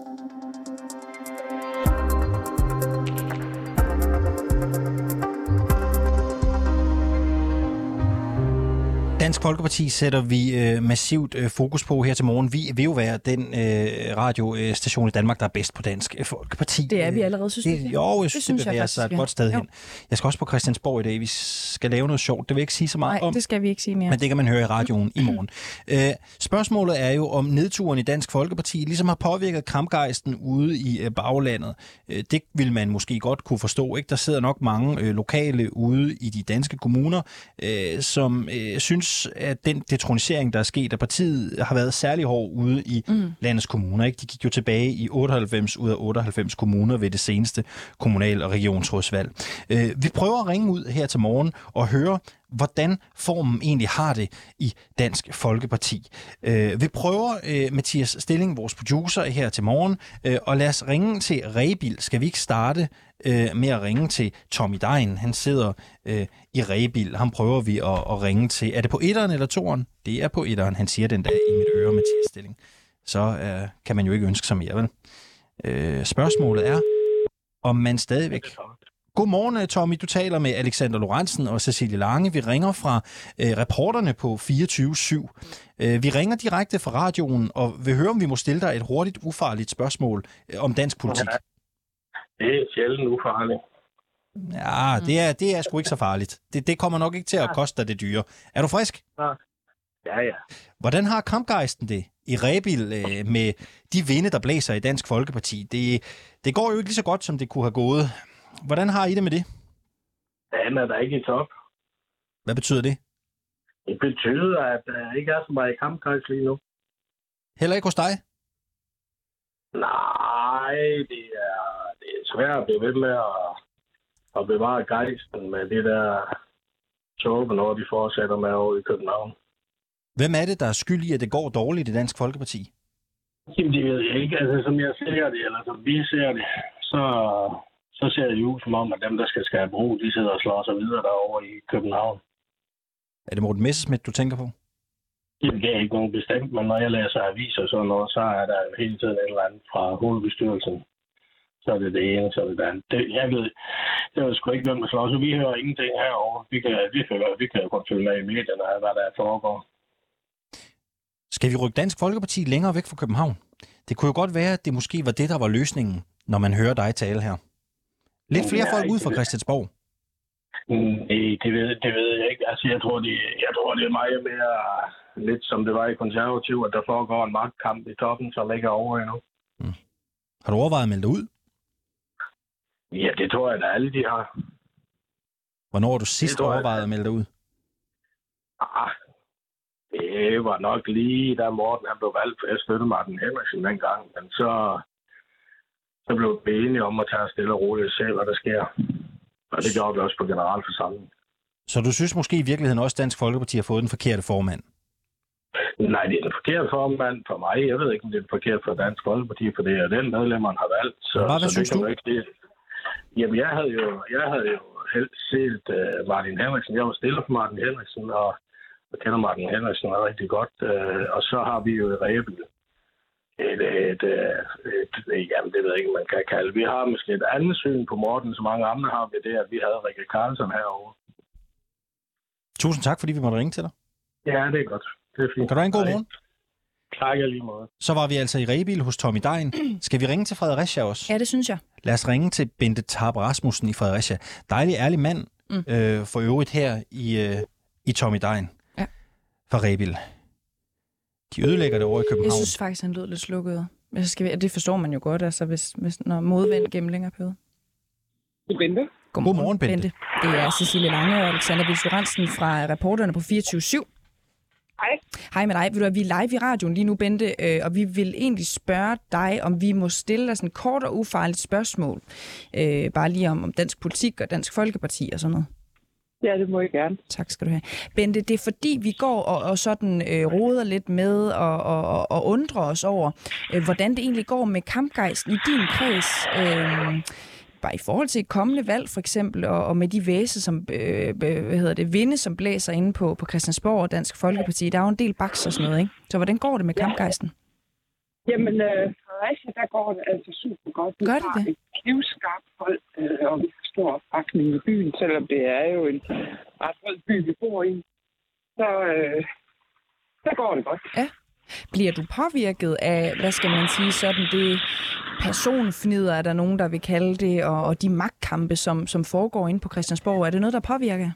Dansk Folkeparti sætter vi øh, massivt øh, fokus på her til morgen. Vi vil jo være den øh, radiostation i Danmark, der er bedst på Dansk Folkeparti. Det er vi allerede, synes det, det, Jo, jeg synes, det, det bevæger sig et godt sted jo. hen. Jeg skal også på Christiansborg i dag. Vi skal lave noget sjovt. Det vil jeg ikke sige så meget Nej, om. det skal vi ikke sige mere. Men det kan man høre i radioen i morgen. Øh, spørgsmålet er jo, om nedturen i Dansk Folkeparti ligesom har påvirket kampgejsten ude i øh, baglandet. Øh, det vil man måske godt kunne forstå. Ikke? Der sidder nok mange øh, lokale ude i de danske kommuner, øh, som øh, synes, at den detronisering, der er sket af partiet, har været særlig hård ude i mm. landets kommuner. Ikke? De gik jo tilbage i otteoghalvfems ud af otteoghalvfems kommuner ved det seneste kommunal- og regionsrådsvalg. Øh, vi prøver at ringe ud her til morgen og høre, hvordan formen egentlig har det i Dansk Folkeparti. Øh, vi prøver, øh, Mathias Stilling, vores producer her til morgen, øh, og lad os ringe til Rebild. Skal vi ikke starte øh, med at ringe til Tommy Dein? Han sidder øh, i Rebild. Ham prøver vi at, at ringe til. Er det på etteren eller toeren? Det er på etteren. Han siger den dag i mit øre, Mathias Stilling. Så øh, kan man jo ikke ønske sig mere, vel? Øh, spørgsmålet er, om man stadigvæk... Godmorgen, Tommy. Du taler med Alexander Lorentzen og Cecilie Lange. Vi ringer fra øh, reporterne på fireogtyve syv. Øh, vi ringer direkte fra radioen og vil høre, om vi må stille dig et hurtigt, ufarligt spørgsmål øh, om dansk politik. Ja, det er sjældent ufarligt. Ja, det er, det er sgu ikke så farligt. Det, det kommer nok ikke til at koste dig det dyre. Er du frisk? Ja, ja. Hvordan har kampgejsten det i Rebild øh, med de vinde, der blæser i Dansk Folkeparti? Det, det går jo ikke lige så godt, som det kunne have gået. Hvordan har I det med det? Han er der ikke i top. Hvad betyder det? Det betyder, at der ikke er så meget kampgejst lige nu. Heller ikke hos dig? Nej, det er, det er svært at blive ved med at, at bevare gejsten med det der tåbe, når de fortsætter med over i København. Hvem er det, der er skyld i, at det går dårligt i Dansk Folkeparti? Jamen, det ved jeg ikke. Altså, som jeg ser det, eller som vi ser det, så, så ser det jo som om, at dem, der skal skabe ro, de sidder og slår sig videre derovre i København. Er det Morten Messerschmidt, du tænker på? Jamen, det er ikke nogen bestemt, men når jeg læser aviser og sådan noget, så er der hele tiden et eller andet fra hovedbestyrelsen. Så er det det ene, så er det det andet. Det, jeg ved, det er sgu ikke, hvem der slår. Så vi hører ingenting herovre. Vi kan, vi kan, vi kan jo godt følge med i medierne, hvad der foregår. Skal vi rykke Dansk Folkeparti længere væk fra København? Det kunne jo godt være, at det måske var det, der var løsningen, når man hører dig tale her. Lidt flere folk ud fra Christiansborg. Nej, det ved, det ved jeg ikke. Altså, jeg tror, det, jeg tror, det er meget mere lidt som det var i Konservativ, at der foregår en magtkamp i toppen, som ikke er over endnu. Mm. Har du overvejet at melde dig ud? Ja, det tror jeg, at alle de har. Hvornår har du sidst overvejet at melde dig ud? Ah, det var nok lige, da Morten han blev valgt, for jeg støttede Martin Henriksen dengang. Men så, så blev vi enige om at tage stille og roligt og se, hvad der sker. Og det gjorde vi også på generalforsamlingen. Så du synes måske i virkeligheden også, at Dansk Folkeparti har fået den forkerte formand? Nej, det er den forkerte formand for mig. Jeg ved ikke, om det er den forkerte for Dansk Folkeparti, for det er den medlemmerne har valgt. Så, hvad så synes det du? Ikke det. Jamen, jeg havde jo, jeg havde jo helst set uh, Martin Henriksen. Jeg var stille for Martin Henriksen, og jeg kender Martin Henriksen rigtig godt. Uh, og så har vi jo et Rebild. Et, et, et, et, et, jamen, det ved jeg ikke, man kan kalde. Vi har måske et andet syn på Morten, så mange andre har vi det, at vi havde Rikke Carlsen herovre. Tusind tak, fordi vi måtte ringe til dig. Ja, det er godt. Det er fint. Kan du have en god morgen? Tak, jeg lige måde. Så var vi altså i Rebild hos Tommy Dein. Skal vi ringe til Fredericia også? Ja, det synes jeg. Lad os ringe til Bente Tarp Rasmussen i Fredericia. Dejlig ærlig mand mm. øh, for øvrigt her i, øh, i Tommy Dein ja. fra Rebild. De ødelægger det over i København. Jeg synes faktisk, han lød lidt slukket. Skal, det forstår man jo godt, altså, hvis, hvis når modvind gennem længere periode. Bente. Godmorgen, Godmorgen Bente. Bente. Det er Cecilie Lange og Alexander Lorentzen fra reporterne på fireogtyve syv. Hej. Hej med dig. Vi er live i radioen lige nu, Bente, og vi vil egentlig spørge dig, om vi må stille dig sådan et kort og ufarligt spørgsmål. Øh, bare lige om, om dansk politik og Dansk Folkeparti og sådan noget. Ja, det må jeg gerne. Tak skal du have. Bente, det er fordi, vi går og, og sådan øh, roder lidt med og, og, og undrer os over, øh, hvordan det egentlig går med kampgejsten i din kreds. Øh, bare i forhold til et kommende valg for eksempel, og, og med de væse, som, øh, hvad hedder det, vinde, som blæser inde på, på Christiansborg og Dansk Folkeparti. Der er jo en del baks og sådan noget, ikke? Så hvordan går det med kampgejsten? Jamen, øh, Fredericia, der går det altså super godt. Vi Gør det det? har et knivskarpt hold, øh, og vi har stor opbakning i byen, selvom det er jo en ret rød by, vi bor i. Så øh, der går det godt. Ja. Bliver du påvirket af, hvad skal man sige, sådan det personfnider, er der nogen, der vil kalde det, og, og de magtkampe, som, som foregår inde på Christiansborg? Er det noget, der påvirker?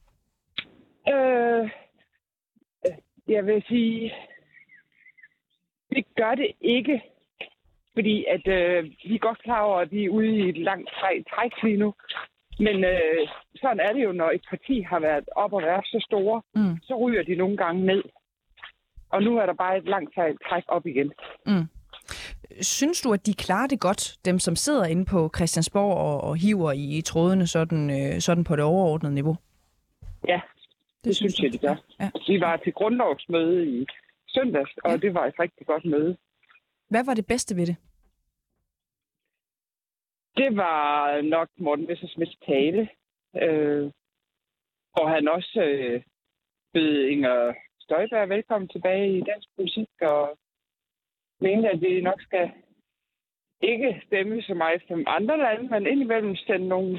Øh, jeg vil sige, det gør det ikke, fordi at øh, vi er godt klar over, at vi er ude i et langt træk lige nu. Men øh, sådan er det jo, når et parti har været op og været så store, mm. så ryger de nogle gange ned. Og nu er der bare et langt træk op igen. Mm. Synes du, at de klarer det godt, dem som sidder inde på Christiansborg og, og hiver i, i trådene sådan, øh, sådan på det overordnede niveau? Ja, Det, det synes jeg, de gør. Ja. Vi var til grundlovsmøde i søndags, og ja. det var et rigtig godt møde. Hvad var det bedste ved det? Det var nok Morten Messerschmidts tale. Øh, og han også øh, bød Inger Støjberg velkommen tilbage i dansk politik, og mente, at vi nok skal ikke stemme så meget som andre lande, men indimellem sende nogle...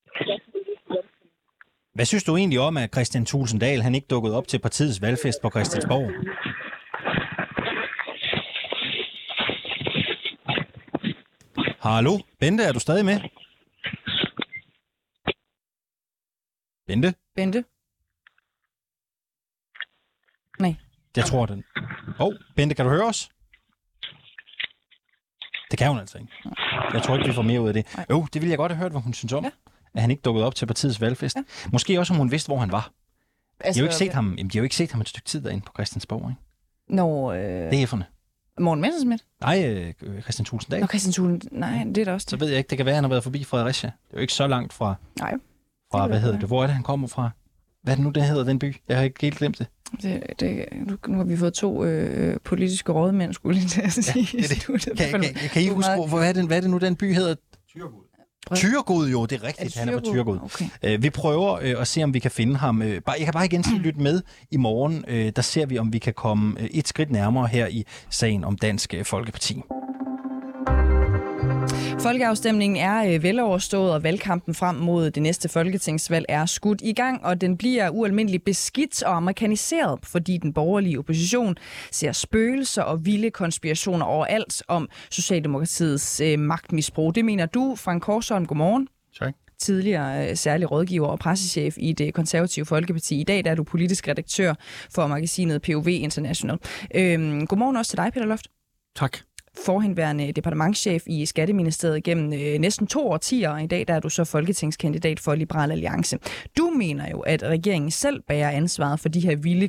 Hvad synes du egentlig om, at Kristian Thulesen Dahl han ikke dukkede op til partiets valgfest på Christiansborg? Hallo? Bente, er du stadig med? Bente? Bente? Nej. Jeg tror den. Åh, oh, Bente, kan du høre os? Det kan hun altså ikke. Jeg tror ikke, vi får mere ud af det. Jo, oh, det ville jeg godt have hørt, hvad hun synes om. Ja. At han ikke dukkede op til partiets valgfest. Ja. Måske også, om hun vidste, hvor han var. Altså, de har jo ikke set ham, jamen, de har jo ikke set ham et stykke tid derinde på Christiansborg, ikke? Nå, øh... Det er F'erne. Morten Messerschmidt? Nej, øh, Kristian Thulesen Dahl. Nå, Kristian Thulesen... Nej, det er da også det. Så ved jeg ikke, det kan være, at han har været forbi Fredericia. Det er jo ikke så langt fra... Nej. Fra, hvad hedder det? Hvor er det, han kommer fra? Hvad er det nu, det hedder, den by? Jeg har ikke helt glemt det. det, det nu, nu har vi fået to øh, politiske rådmænd, skulle jeg til at sige. Ja, det er det. Kan, kan, kan I huske, meget... hvad, er det, hvad er det nu, den by hedder? Thyregod. Thyregod, jo, det er rigtigt. Er det han er på Thyregod. Okay. Uh, vi prøver uh, at se, om vi kan finde ham. Uh, bare, jeg kan bare igen sige, lytte med i morgen. Uh, der ser vi, om vi kan komme uh, et skridt nærmere her i sagen om Dansk uh, Folkeparti. Folkeafstemningen er veloverstået, og valgkampen frem mod det næste folketingsvalg er skudt i gang, og den bliver ualmindeligt beskidt og amerikaniseret, fordi den borgerlige opposition ser spøgelser og vilde konspirationer overalt om Socialdemokratiets øh, magtmisbrug. Det mener du, Frank Korsholm. Godmorgen. Tak. Tidligere øh, særlig rådgiver og pressechef i det konservative Folkeparti. I dag der er du politisk redaktør for magasinet P O V International. Øh, godmorgen også til dig, Peter Loft. Tak. Forhenværende departementschef i Skatteministeriet gennem øh, næsten to årtier, og i dag der er du så folketingskandidat for Liberal Alliance. Du mener jo, at regeringen selv bærer ansvaret for de her vilde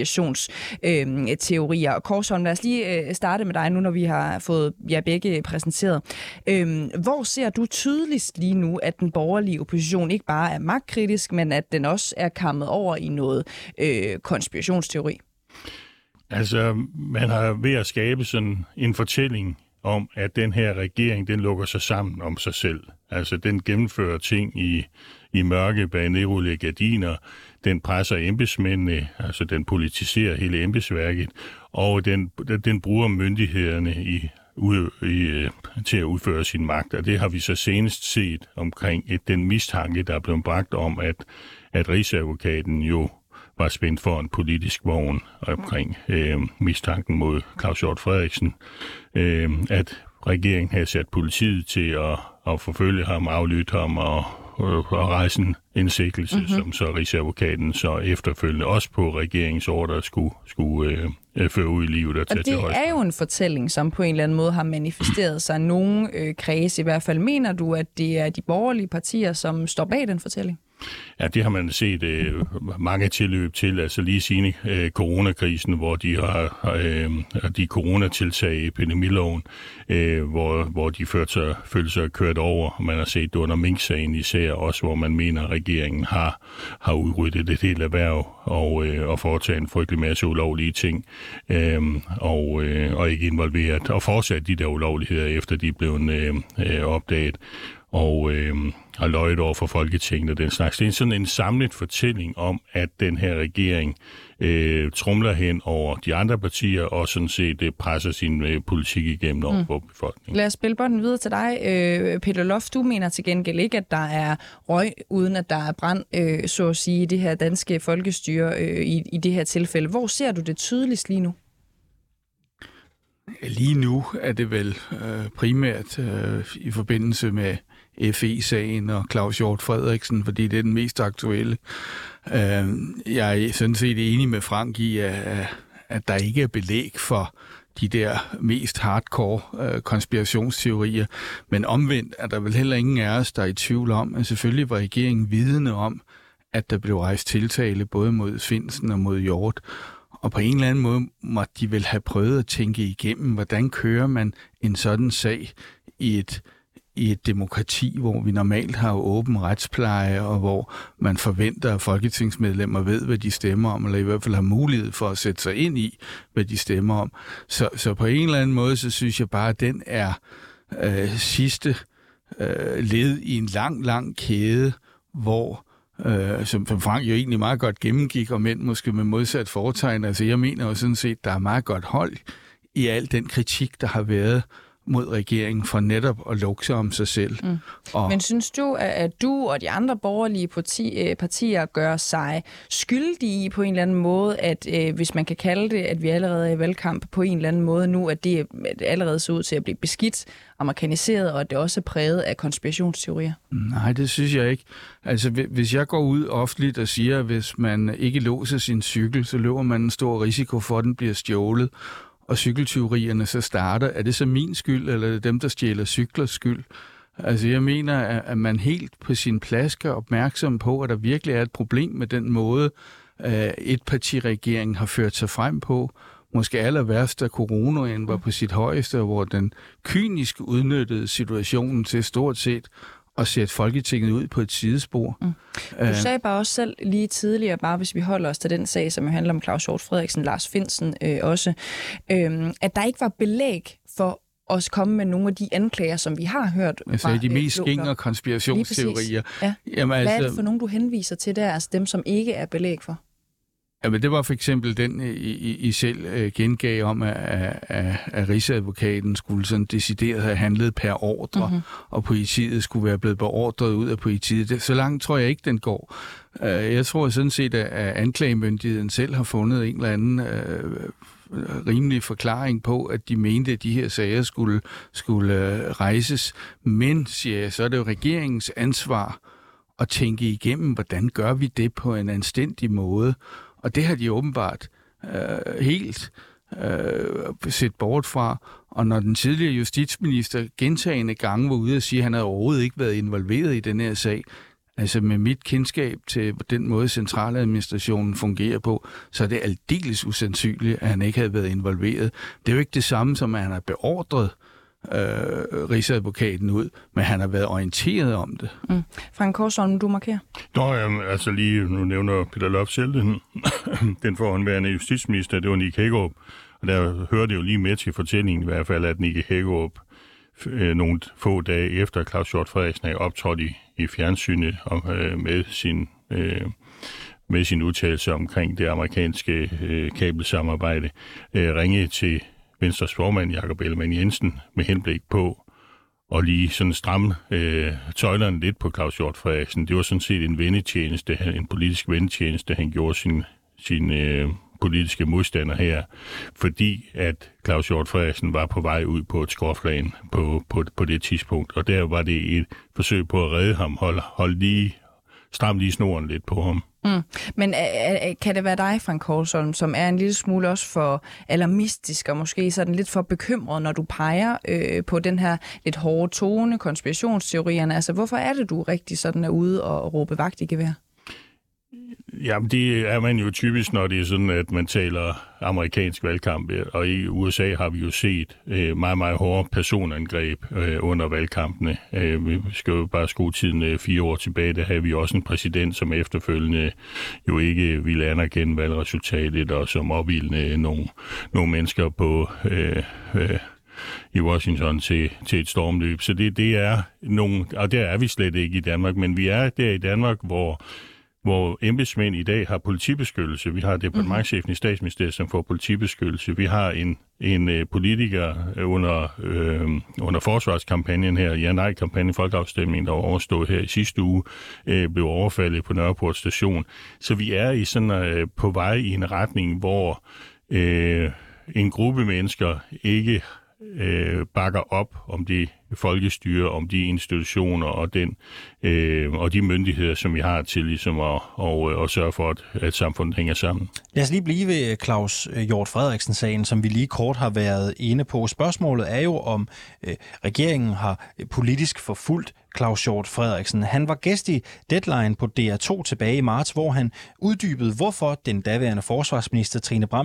konspirationsteorier. Øh, Korsholm, lad os lige øh, starte med dig nu, når vi har fået jer begge præsenteret. Øh, hvor ser du tydeligst lige nu, at den borgerlige opposition ikke bare er magtkritisk, men at den også er kammet over i noget øh, konspirationsteori? Altså, man har ved at skabe sådan en fortælling om, at den her regering, den lukker sig sammen om sig selv. Altså, den gennemfører ting i, i mørke bag nedrullede gardiner, den presser embedsmændene, altså den politiserer hele embedsværket, og den, den bruger myndighederne i, ud, i, til at udføre sin magt. Og det har vi så senest set omkring et, den mistanke, der er blevet bragt om, at, at Rigsadvokaten jo var spændt for en politisk vogn omkring øh, mistanken mod Claus Hjort Frederiksen, øh, at regeringen havde sat politiet til at, at forfølge ham, aflytte ham og, og, og rejse en indsigtelse, mm-hmm. som så Rigsadvokaten så efterfølgende også på regeringens ordre skulle, skulle øh, føre ud i livet og tage til højst. Og det er jo en fortælling, som på en eller anden måde har manifesteret sig. Nogle øh, kredse i hvert fald. Mener du, at det er de borgerlige partier, som står bag den fortælling? Ja, det har man set øh, mange tilløb til, altså lige siden øh, coronakrisen, hvor de har øh, de coronatiltag i epidemiloven, øh, hvor, hvor de følte sig, følte sig kørt over. Man har set det under Mink-sagen især også, hvor man mener, at regeringen har, har udryddet et helt erhverv og, øh, og foretaget en frygtelig masse ulovlige ting, øh, og, øh, og ikke involveret og fortsat de der ulovligheder, efter de er blevet øh, øh, opdaget. Og øh, har løjet over for Folketinget og den slags. Det er sådan en samlet fortælling om, at den her regering øh, tromler hen over de andre partier, og sådan set øh, presser sin øh, politik igennem over mm. for befolkningen. Lad os spille bolden videre til dig. Øh, Peter Loft, du mener til gengæld ikke, at der er røg, uden at der er brand, øh, så at sige, i det her danske folkestyre øh, i, i det her tilfælde. Hvor ser du det tydeligst lige nu? Lige nu er det vel øh, primært øh, i forbindelse med F E-sagen og Claus Hjort Frederiksen, fordi det er den mest aktuelle. Øh, jeg er sådan set enig med Frank i, at, at der ikke er belæg for de der mest hardcore øh, konspirationsteorier, men omvendt er der vel heller ingen af os, der er i tvivl om, at selvfølgelig var regeringen vidende om, at der blev rejst tiltale både mod Findsen og mod Hjort. Og på en eller anden måde måtte de vel have prøvet at tænke igennem, hvordan kører man en sådan sag i et, i et demokrati, hvor vi normalt har åben retspleje, og hvor man forventer, at folketingsmedlemmer ved, hvad de stemmer om, eller i hvert fald har mulighed for at sætte sig ind i, hvad de stemmer om. Så, så på en eller anden måde, så synes jeg bare, at den er øh, sidste øh, led i en lang, lang kæde, hvor øh, som, som Frank jo egentlig meget godt gennemgik, og men måske med modsat foretegn. Altså jeg mener jo sådan set, der er meget godt hold i al den kritik, der har været mod regeringen for netop at lukke sig om sig selv. Mm. Og Men synes du, at du og de andre borgerlige parti, partier gør sig skyldige i på en eller anden måde, at øh, hvis man kan kalde det, at vi allerede er i valgkamp på en eller anden måde nu, at det allerede ser ud til at blive beskidt, amerikaniseret, og at det også er præget af konspirationsteorier? Nej, det synes jeg ikke. Altså, hvis jeg går ud offentligt og siger, at hvis man ikke låser sin cykel, så løber man en stor risiko for, at den bliver stjålet, og cykeltyverierne så starter, er det så min skyld, eller er det dem, der stjæler cyklers skyld? Altså jeg mener, at man helt på sin plads skal opmærksom på, at der virkelig er et problem med den måde, etpartiregeringen har ført sig frem på. Måske aller værst, da coronaen var på sit højeste, hvor den kynisk udnyttede situationen til stort set at sætte Folketinget ud på et sidespor. Mm. Du sagde bare også selv lige tidligere, bare hvis vi holder os til den sag, som handler om Claus Hjort Frederiksen, Lars Findsen øh, også, øh, at der ikke var belæg for at komme med nogle af de anklager, som vi har hørt. Altså fra, de mest skingre konspirationsteorier. Ja. Jamen, altså, hvad er det for nogen, du henviser til der, altså dem, som ikke er belæg for? Jamen, det var for eksempel den, I, I selv uh, gengav om, at, at, at rigsadvokaten skulle sådan decideret have handlet per ordre, mm-hmm. og politiet skulle være blevet beordret ud af politiet. Det, så langt tror jeg ikke, den går. Uh, jeg tror sådan set, at anklagemyndigheden selv har fundet en eller anden uh, rimelig forklaring på, at de mente, at de her sager skulle, skulle uh, rejses. Men, siger jeg, så er det jo regeringens ansvar at tænke igennem, hvordan gør vi det på en anstændig måde. Og det har de åbenbart øh, helt øh, set bort fra. Og når den tidligere justitsminister gentagende gange var ude og sige, at han havde overhovedet ikke været involveret i den her sag, altså med mit kendskab til den måde, centraladministrationen fungerer på, så er det aldeles usandsynligt, at han ikke havde været involveret. Det er jo ikke det samme, som at han har beordret Øh, rigsadvokaten ud, men han har været orienteret om det. Mm. Frank Korsholm, du markerer? Nå, jamen, altså lige, nu nævner Peter Loft selv den, den forhåndværende justitsminister, det var Nick Hækkerup, og der hørte jo lige med til fortællingen i hvert fald, at Nick Hækkerup øh, nogle få dage efter Claus Hjort Frederiksen er optrådt i, i fjernsynet og, øh, med sin øh, med sin udtalelse omkring det amerikanske øh, kabelsamarbejde, øh, ringede til Venstres formand, Jakob Ellemann-Jensen, med henblik på at lige sådan stramme øh, tøjlerne lidt på Claus Hjort Frederiksen. Det var sådan set en vendetjeneste, en politisk vendetjeneste, han gjorde sin, sin øh, politiske modstander her, fordi at Claus Hjort Frederiksen var på vej ud på et skråplan på, på, på det tidspunkt, og der var det et forsøg på at redde ham, holde, holde lige, stramme lige snoren lidt på ham. Mm. Men øh, kan det være dig, Frank Korsholm, som er en lille smule også for alarmistisk og måske sådan lidt for bekymret, når du peger øh, på den her lidt hårde tone, konspirationsteorierne? Altså, hvorfor er det, du rigtig sådan er ude og råbe vagt i gevær? Jamen, det er man jo typisk, når det er sådan, at man taler amerikansk valgkamp, og i U S A har vi jo set øh, meget, meget hårde personangreb øh, under valgkampene. Øh, vi skal jo bare skrue tiden øh, fire år tilbage, der havde vi også en præsident, som efterfølgende jo ikke ville anerkende valgresultatet, og som opildnede nogle, nogle mennesker på... Øh, øh, i Washington til, til et stormløb. Så det, det er nogle, og der er vi slet ikke i Danmark, men vi er der i Danmark, hvor hvor embedsmænd i dag har politibeskyttelse. Vi har departementschefen i Statsministeriet, som får politibeskyttelse. Vi har en, en uh, politiker under, øh, under forsvarskampagnen her, ja-nej-kampagnen, folkeafstemningen, der var overstået her i sidste uge, øh, blev overfaldet på Nørreport station. Så vi er i sådan, øh, på vej i en retning, hvor øh, en gruppe mennesker ikke øh, bakker op om det folkestyre, om de institutioner og den øh, og de myndigheder, som vi har til ligesom at, og, at sørge for, at, at samfundet hænger sammen. Lad os lige blive ved Claus Hjort Frederiksen-sagen, som vi lige kort har været inde på. Spørgsmålet er jo, om øh, regeringen har politisk forfulgt Claus Hjort Frederiksen. Han var gæst i Deadline på D R to tilbage i marts, hvor han uddybede, hvorfor den daværende forsvarsminister Trine Bramsen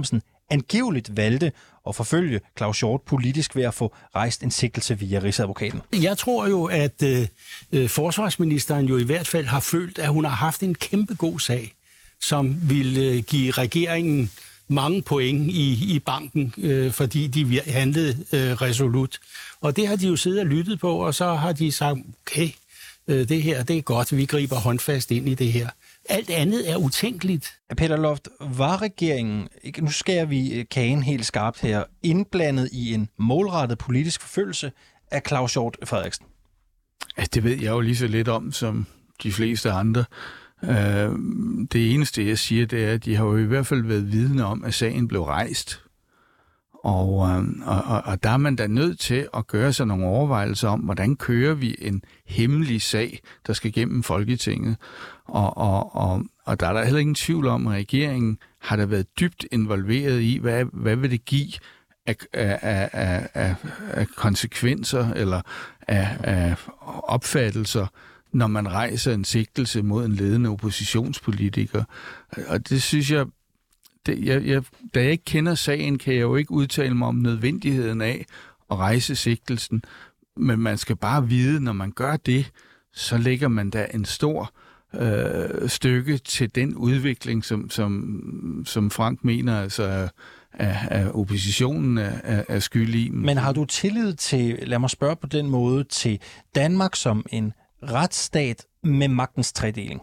angiveligt valgte at forfølge Claus Hjort politisk ved at få rejst en sigtelse via Rigsadvokaten. Jeg tror jo, at øh, forsvarsministeren jo i hvert fald har følt, at hun har haft en kæmpe god sag, som ville øh, give regeringen mange point i, i banken, øh, fordi de handlede øh, resolut. Og det har de jo siddet og lyttet på, og så har de sagt, okay, øh, det her, det er godt, vi griber håndfast ind i det her. Alt andet er utænkeligt. Peter Loft, var regeringen, nu skærer vi kagen helt skarpt her, indblandet i en målrettet politisk forfølgelse af Claus Hjort Frederiksen? Ja, det ved jeg jo lige så lidt om, som de fleste andre. Det eneste, jeg siger, det er, at de har jo i hvert fald været vidne om, at sagen blev rejst. Og, og, og der er man da nødt til at gøre sig nogle overvejelser om, hvordan kører vi en hemmelig sag, der skal gennem Folketinget. Og, og, og, og der er der heller ingen tvivl om, at regeringen har da været dybt involveret i, hvad, hvad vil det give af, af, af, af, af konsekvenser eller af, af opfattelser, når man rejser en sigtelse mod en ledende oppositionspolitiker. Og det synes jeg, det, jeg, jeg, da jeg ikke kender sagen, kan jeg jo ikke udtale mig om nødvendigheden af at rejse sigtelsen, men man skal bare vide, når man gør det, så lægger man da en stor øh, stykke til den udvikling, som, som, som Frank mener, altså at, at oppositionen er, er skyld i. Men har du tillid til, lad mig spørge på den måde, til Danmark som en retsstat med magtens tredeling?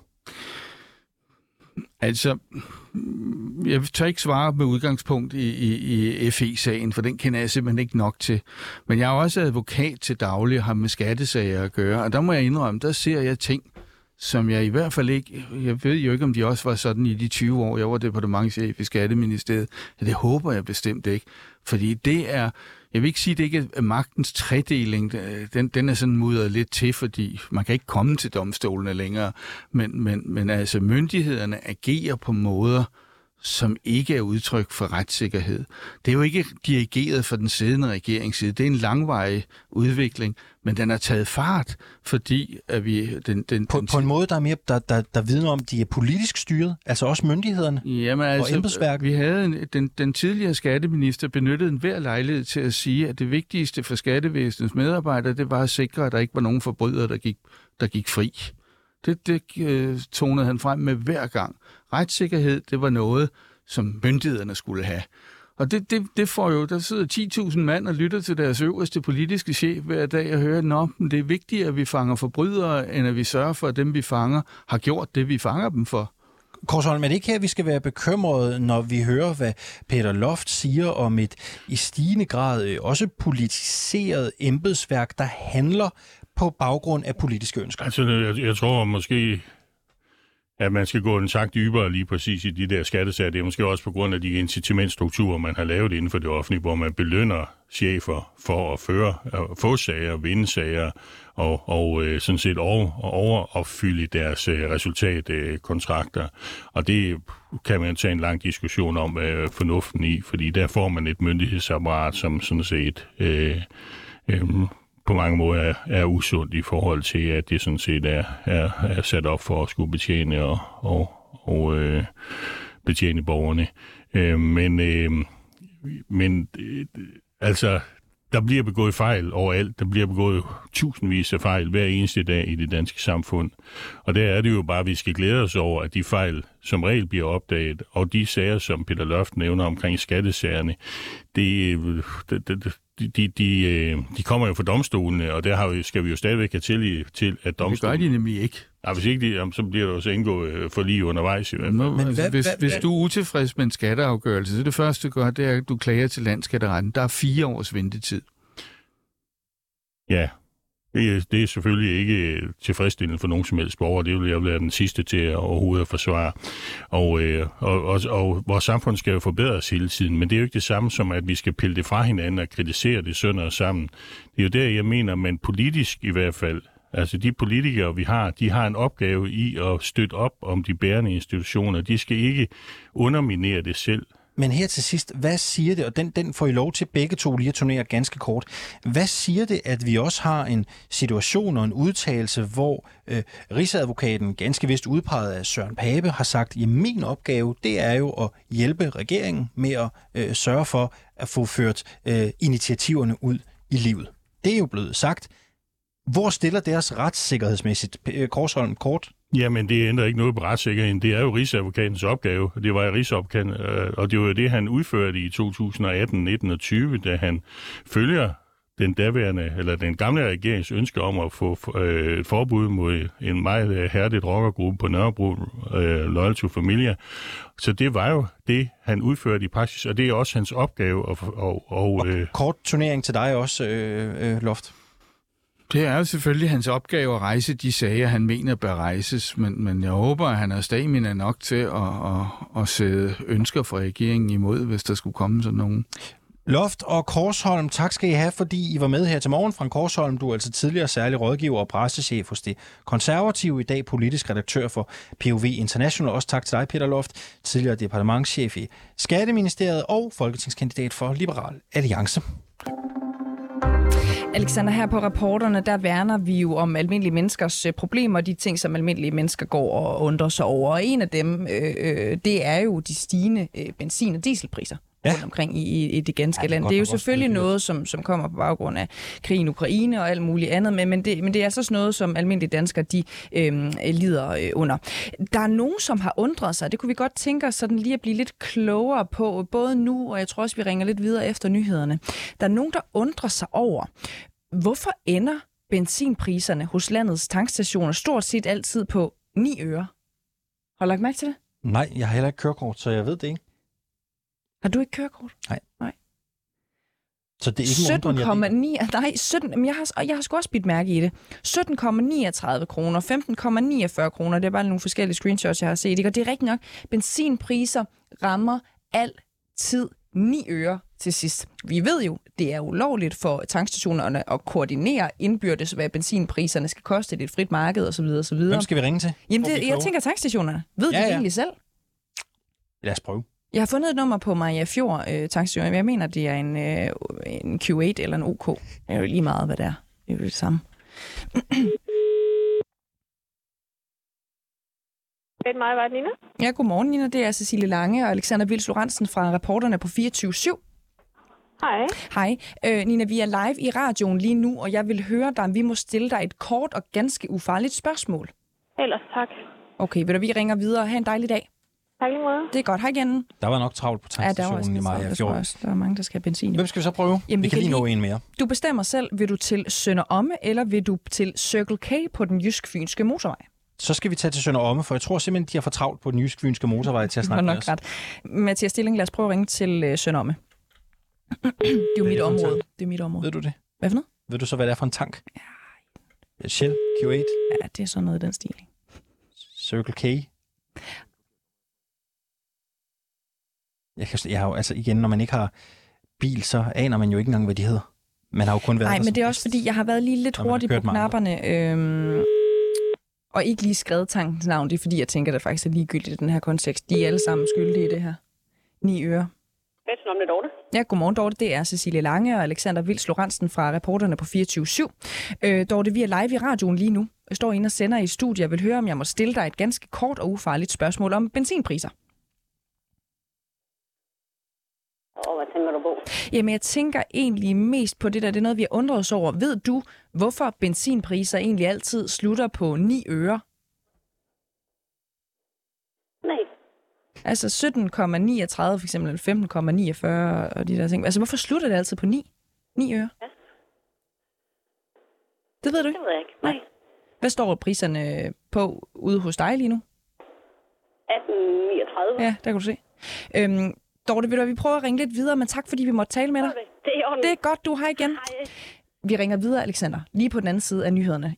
Altså, jeg tør ikke svare med udgangspunkt i, i, i F E-sagen, for den kender jeg simpelthen ikke nok til. Men jeg er også advokat til daglig og har med skattesager at gøre, og der må jeg indrømme, der ser jeg ting, som jeg i hvert fald ikke, jeg ved jo ikke, om de også var sådan i de tyve år, jeg var departementschef i Skatteministeriet. Det håber jeg bestemt ikke, fordi det er, jeg vil ikke sige, at det ikke er magtens tredeling, den, den er sådan mudret lidt til, fordi man kan ikke komme til domstolene længere, men, men, men altså myndighederne agerer på måder, som ikke er udtryk for retssikkerhed. Det er jo ikke dirigeret fra den siddende regerings side. Det er en langvarig udvikling, men den er taget fart, fordi at vi... Den, den, på, den, på en måde, der er mere, der, der, der vidner om, de er politisk styret, altså også myndighederne jamen, altså, og embedsværket. Vi havde en, den, den tidligere skatteminister benyttede en hver lejlighed til at sige, at det vigtigste for skattevæsenets medarbejdere, det var at sikre, at der ikke var nogen forbrydere, der gik, der gik fri. Det, det øh, tonede han frem med hver gang. Retssikkerhed, det var noget, som myndighederne skulle have. Og det, det, det får jo, der sidder ti tusind mand og lytter til deres øverste politiske chef hver dag og hører, nå, det er vigtigt, at vi fanger forbrydere, end at vi sørger for, at dem, vi fanger, har gjort det, vi fanger dem for. Korsholm, er det ikke her, vi skal være bekymrede, når vi hører, hvad Peter Loft siger om et i stigende grad også politiseret embedsværk, der handler på baggrund af politiske ønsker? Altså, jeg, jeg tror måske, at man skal gå en sagt dybere lige præcis i de der skattesager. Det er måske også på grund af de incitamentstrukturer, man har lavet inden for det offentlige, hvor man belønner chefer for at føre, at få sager, vinde sager og, og øh, sådan set over, overopfylde deres øh, resultatkontrakter. Øh, og det kan man tage en lang diskussion om øh, fornuften i, fordi der får man et myndighedsapparat, som sådan set... Øh, øh, på mange måder er, er usundt i forhold til, at det sådan set er, er, er sat op for at skulle betjene og, og, og øh, betjene borgerne. Øh, men øh, men øh, altså, der bliver begået fejl overalt. Der bliver begået tusindvis af fejl hver eneste dag i det danske samfund. Og der er det jo bare, at vi skal glæde os over, at de fejl som regel bliver opdaget, og de sager, som Peter Loft nævner omkring skattesagerne, det, det, det De, de, de, de kommer jo fra domstolene, og der har vi, skal vi jo stadigvæk have tillid til, at domstolen... Det gør de nemlig ikke. Ja, hvis ikke de, så bliver der jo så indgået for lige undervejs i hvert fald. Men altså, hvad, hvis, hvad, hvis du er utilfreds med en skatteafgørelse, så det første, du gør, det er, at du klager til landsskatteretten. Der er fire års ventetid. Ja, det er, det er selvfølgelig ikke tilfredsstillende for nogen som helst borger. Det vil jeg være den sidste til at overhovedet at forsvare. Og, øh, og, og, og vores samfund skal jo forbedres hele tiden, men det er jo ikke det samme som, at vi skal pille det fra hinanden og kritisere det sønder og sammen. Det er jo der, jeg mener, men politisk i hvert fald, altså de politikere, vi har, de har en opgave i at støtte op om de bærende institutioner. De skal ikke underminere det selv. Men her til sidst, hvad siger det, og den, den får I lov til begge to lige at turnere ganske kort. Hvad siger det, at vi også har en situation og en udtalelse, hvor øh, Rigsadvokaten, ganske vist udpeget af Søren Pape, har sagt, at min opgave, det er jo at hjælpe regeringen med at øh, sørge for at få ført øh, initiativerne ud i livet. Det er jo blevet sagt. Hvor stiller deres retssikkerhedsmæssigt, Korsholm, kort? Jamen, det ændrer ikke noget på retssikkerheden. Det er jo Rigsadvokatens opgave. Det var Rigsadvokaten, og det var det, han udførte i to tusind atten, nitten og tyve, da han følger den daværende, eller den gamle regerings ønske om at få øh, et forbud mod en meget hærdet rockergruppe på Nørrebro, øh, Loyal to Familia. Så det var jo det, han udførte i praksis, og det er også hans opgave. Og, og, og, øh... Kort turnering til dig også, øh, øh, Loft. Det er jo selvfølgelig hans opgave at rejse de sager, han mener bør rejses, men, men jeg håber, at han har stamina nok til at, at, at sætte ønsker fra regeringen imod, hvis der skulle komme sådan nogen. Loft og Korsholm, tak skal I have, fordi I var med her til morgen. Frank Korsholm, du er altså tidligere særlig rådgiver og pressechef hos Det Konservative, i dag politisk redaktør for P O V International. Også tak til dig, Peter Loft, tidligere departementschef i Skatteministeriet og folketingskandidat for Liberal Alliance. Alexander, her på Reporterne, der værner vi jo om almindelige menneskers problemer, de ting, som almindelige mennesker går og undrer sig over. Og en af dem, øh, det er jo de stigende øh, benzin- og dieselpriser. Ja. Rundt omkring i, i det ganske ja, det land. Det er jo selvfølgelig noget, som, som kommer på baggrund af krigen i Ukraine og alt muligt andet, men, men, det, men det er altså også noget, som almindelige danskere de, øh, lider øh, under. Der er nogen, som har undret sig. Det kunne vi godt tænke os sådan lige at blive lidt klogere på, både nu, og jeg tror også, vi ringer lidt videre efter nyhederne. Der er nogen, der undrer sig over, hvorfor ender benzinpriserne hos landets tankstationer stort set altid på ni øre? Har du lagt mærke til det? Nej, jeg har heller ikke kørekort, så jeg ved det ikke. Har du ikke kørekort? Nej. Nej. Så det er ikke sytten komma ni Nej, sytten men jeg har, jeg har sgu også bidt mærke i det. sytten komma niogtredive kroner, femten komma niogfyrre kroner, det er bare nogle forskellige screenshots, jeg har set. Ikke? Og det er rigtigt nok, benzinpriser rammer altid ni øre til sidst. Vi ved jo, det er ulovligt for tankstationerne at koordinere indbyrdes, hvad benzinpriserne skal koste i et frit marked osv. osv. Hvem skal vi ringe til? Jamen, det, jeg tænker tankstationerne. Ved ja, de ja. egentlig selv? Lad os prøve. Jeg har fundet et nummer på Maria Fjord øh, tankstation, men jeg mener, det er en, øh, en Q otte eller en OK. Det er jo lige meget, hvad det er. Det er jo det samme. Det er mig, var det, Nina? Ja, godmorgen, Nina. Det er Cecilie Lange og Alexander Vils Lorentzen fra Reporterne på fireogtyve syv. Hej. Hej. Øh, Nina, vi er live i radioen lige nu, og jeg vil høre dig, om vi må stille dig et kort og ganske ufarligt spørgsmål. Ellers tak. Okay, vil du, vi ringer videre. Ha' en dejlig dag. Tak lige måde. Det er godt. Hej igen. Der var nok travlt på tankstationen ja, i Maja Fjord. Der er mange, der skal have benzin. Hvem skal vi så prøve? Jamen, vi, vi kan lige nå en mere. Du bestemmer selv, vil du til Sønder Omme, eller vil du til Circle K på den jysk-fynske motorvej? Så skal vi tage til Sønder Omme, for jeg tror simpelthen, de har for travlt på den jysk-fynske motorvej til at snakke med os. Ret. Mathias Stilling, lad os prøve at ringe til uh, Sønder Omme. Det er jo mit område. Det er mit område. Ved du det? Hvad for noget? Ved du så, hvad det er for en tank? Ja. Shell Q otte? Ja, det er sådan noget i den stil. Circle K? Jeg, kan, jeg har jo, altså igen, når man ikke har bil, så aner man jo ikke engang, hvad de hedder. Man har jo kun været Nej, men det er også fordi, jeg har været lige lidt hurtig på knapperne, øhm, og ikke lige skrevet tankens navn. Det er fordi, jeg tænker, det faktisk er ligegyldigt i den her kontekst. De er alle sammen skyldige i det her. Ni øre. Velkommen om det, Dorte. Ja, godmorgen, Dorte. Det er Cecilie Lange og Alexander Vils Lorentzen fra Reporterne på fireogtyve syv. Øh, Dorte, vi er live i radioen lige nu. Jeg står inde og sender i studiet. Jeg vil høre, om jeg må stille dig et ganske kort og ufarligt spørgsmål om benzinpriser. Og hvad tænker du på? Jamen, jeg tænker egentlig mest på det der. Det er noget, vi har undret os over. Ved du, hvorfor benzinpriser egentlig altid slutter på ni øre? Nej. Altså sytten komma niogtredive for eksempel, eller femten komma niogfyrre og de der ting. Altså, hvorfor slutter det altid på ni? ni øre? Ja. Det ved du ikke? Det ved jeg ikke. Nej. Hvad står priserne på ude hos dig lige nu? atten niogtredive. Ja, der kan du se. Øhm, Dorte, vil du, vi prøver at ringe lidt videre, men tak fordi vi måtte tale med dig. Det er, det er godt, du har igen. Hej. Vi ringer videre, Alexander, lige på den anden side af nyhederne.